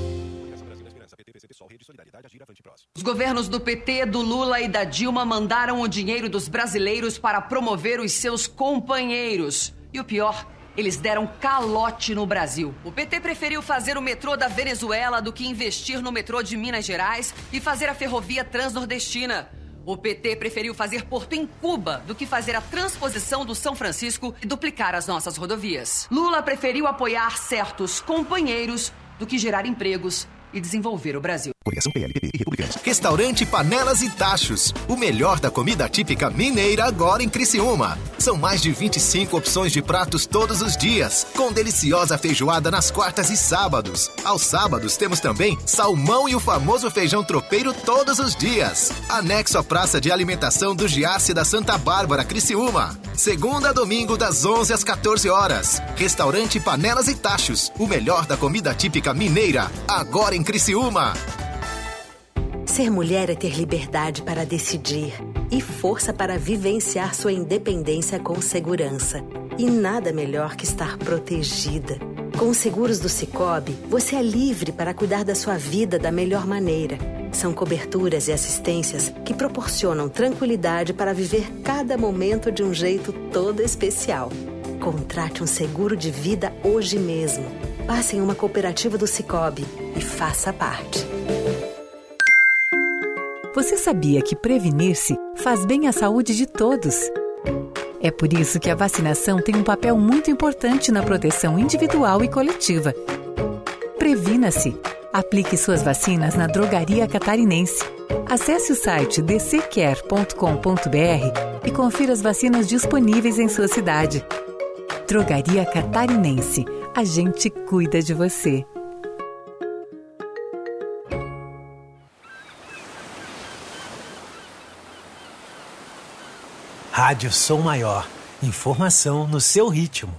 Os governos do PT, do Lula e da Dilma mandaram o dinheiro dos brasileiros para promover os seus companheiros. E o pior, eles deram calote no Brasil. O PT preferiu fazer o metrô da Venezuela do que investir no metrô de Minas Gerais e fazer a ferrovia transnordestina. O PT preferiu fazer porto em Cuba do que fazer a transposição do São Francisco e duplicar as nossas rodovias. Lula preferiu apoiar certos companheiros do que gerar empregos e desenvolver o Brasil. Coligação PL, PP e Republicanos. Restaurante Panelas e Tachos. O melhor da comida típica mineira agora em Criciúma. São mais de 25 opções de pratos todos os dias, com deliciosa feijoada nas quartas e sábados. Aos sábados temos também salmão e o famoso feijão tropeiro todos os dias. Anexo à Praça de Alimentação do Giasse da Santa Bárbara, Criciúma. Segunda a domingo, das 11 às 14 horas. Restaurante Panelas e Tachos. O melhor da comida típica mineira agora em Criciúma. Ser mulher é ter liberdade para decidir e força para vivenciar sua independência com segurança. E nada melhor que estar protegida. Com os seguros do Sicoob, você é livre para cuidar da sua vida da melhor maneira. São coberturas e assistências que proporcionam tranquilidade para viver cada momento de um jeito todo especial. Contrate um seguro de vida hoje mesmo. Passe em uma cooperativa do Sicoob e faça parte. Você sabia que prevenir-se faz bem à saúde de todos? É por isso que a vacinação tem um papel muito importante na proteção individual e coletiva. Previna-se. Aplique suas vacinas na Drogaria Catarinense. Acesse o site dccare.com.br e confira as vacinas disponíveis em sua cidade. Drogaria Catarinense. A gente cuida de você. Rádio Som Maior. Informação no seu ritmo.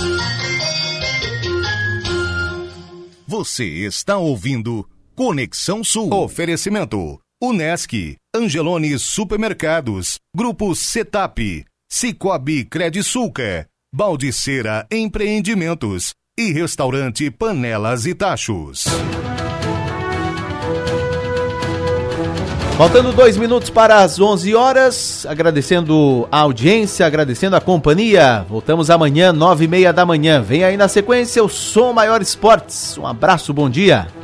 Você está ouvindo Conexão Sul. Oferecimento: Unesc, Angelone Supermercados, Grupo Setap, Sicoob Credisulca, Baldiceira Empreendimentos e Restaurante Panelas e Tachos. Faltando 2 minutos para as 11 horas, agradecendo a audiência, agradecendo a companhia. Voltamos amanhã, 9h30 da manhã. Vem aí na sequência o Som Maior Esportes. Um abraço, bom dia.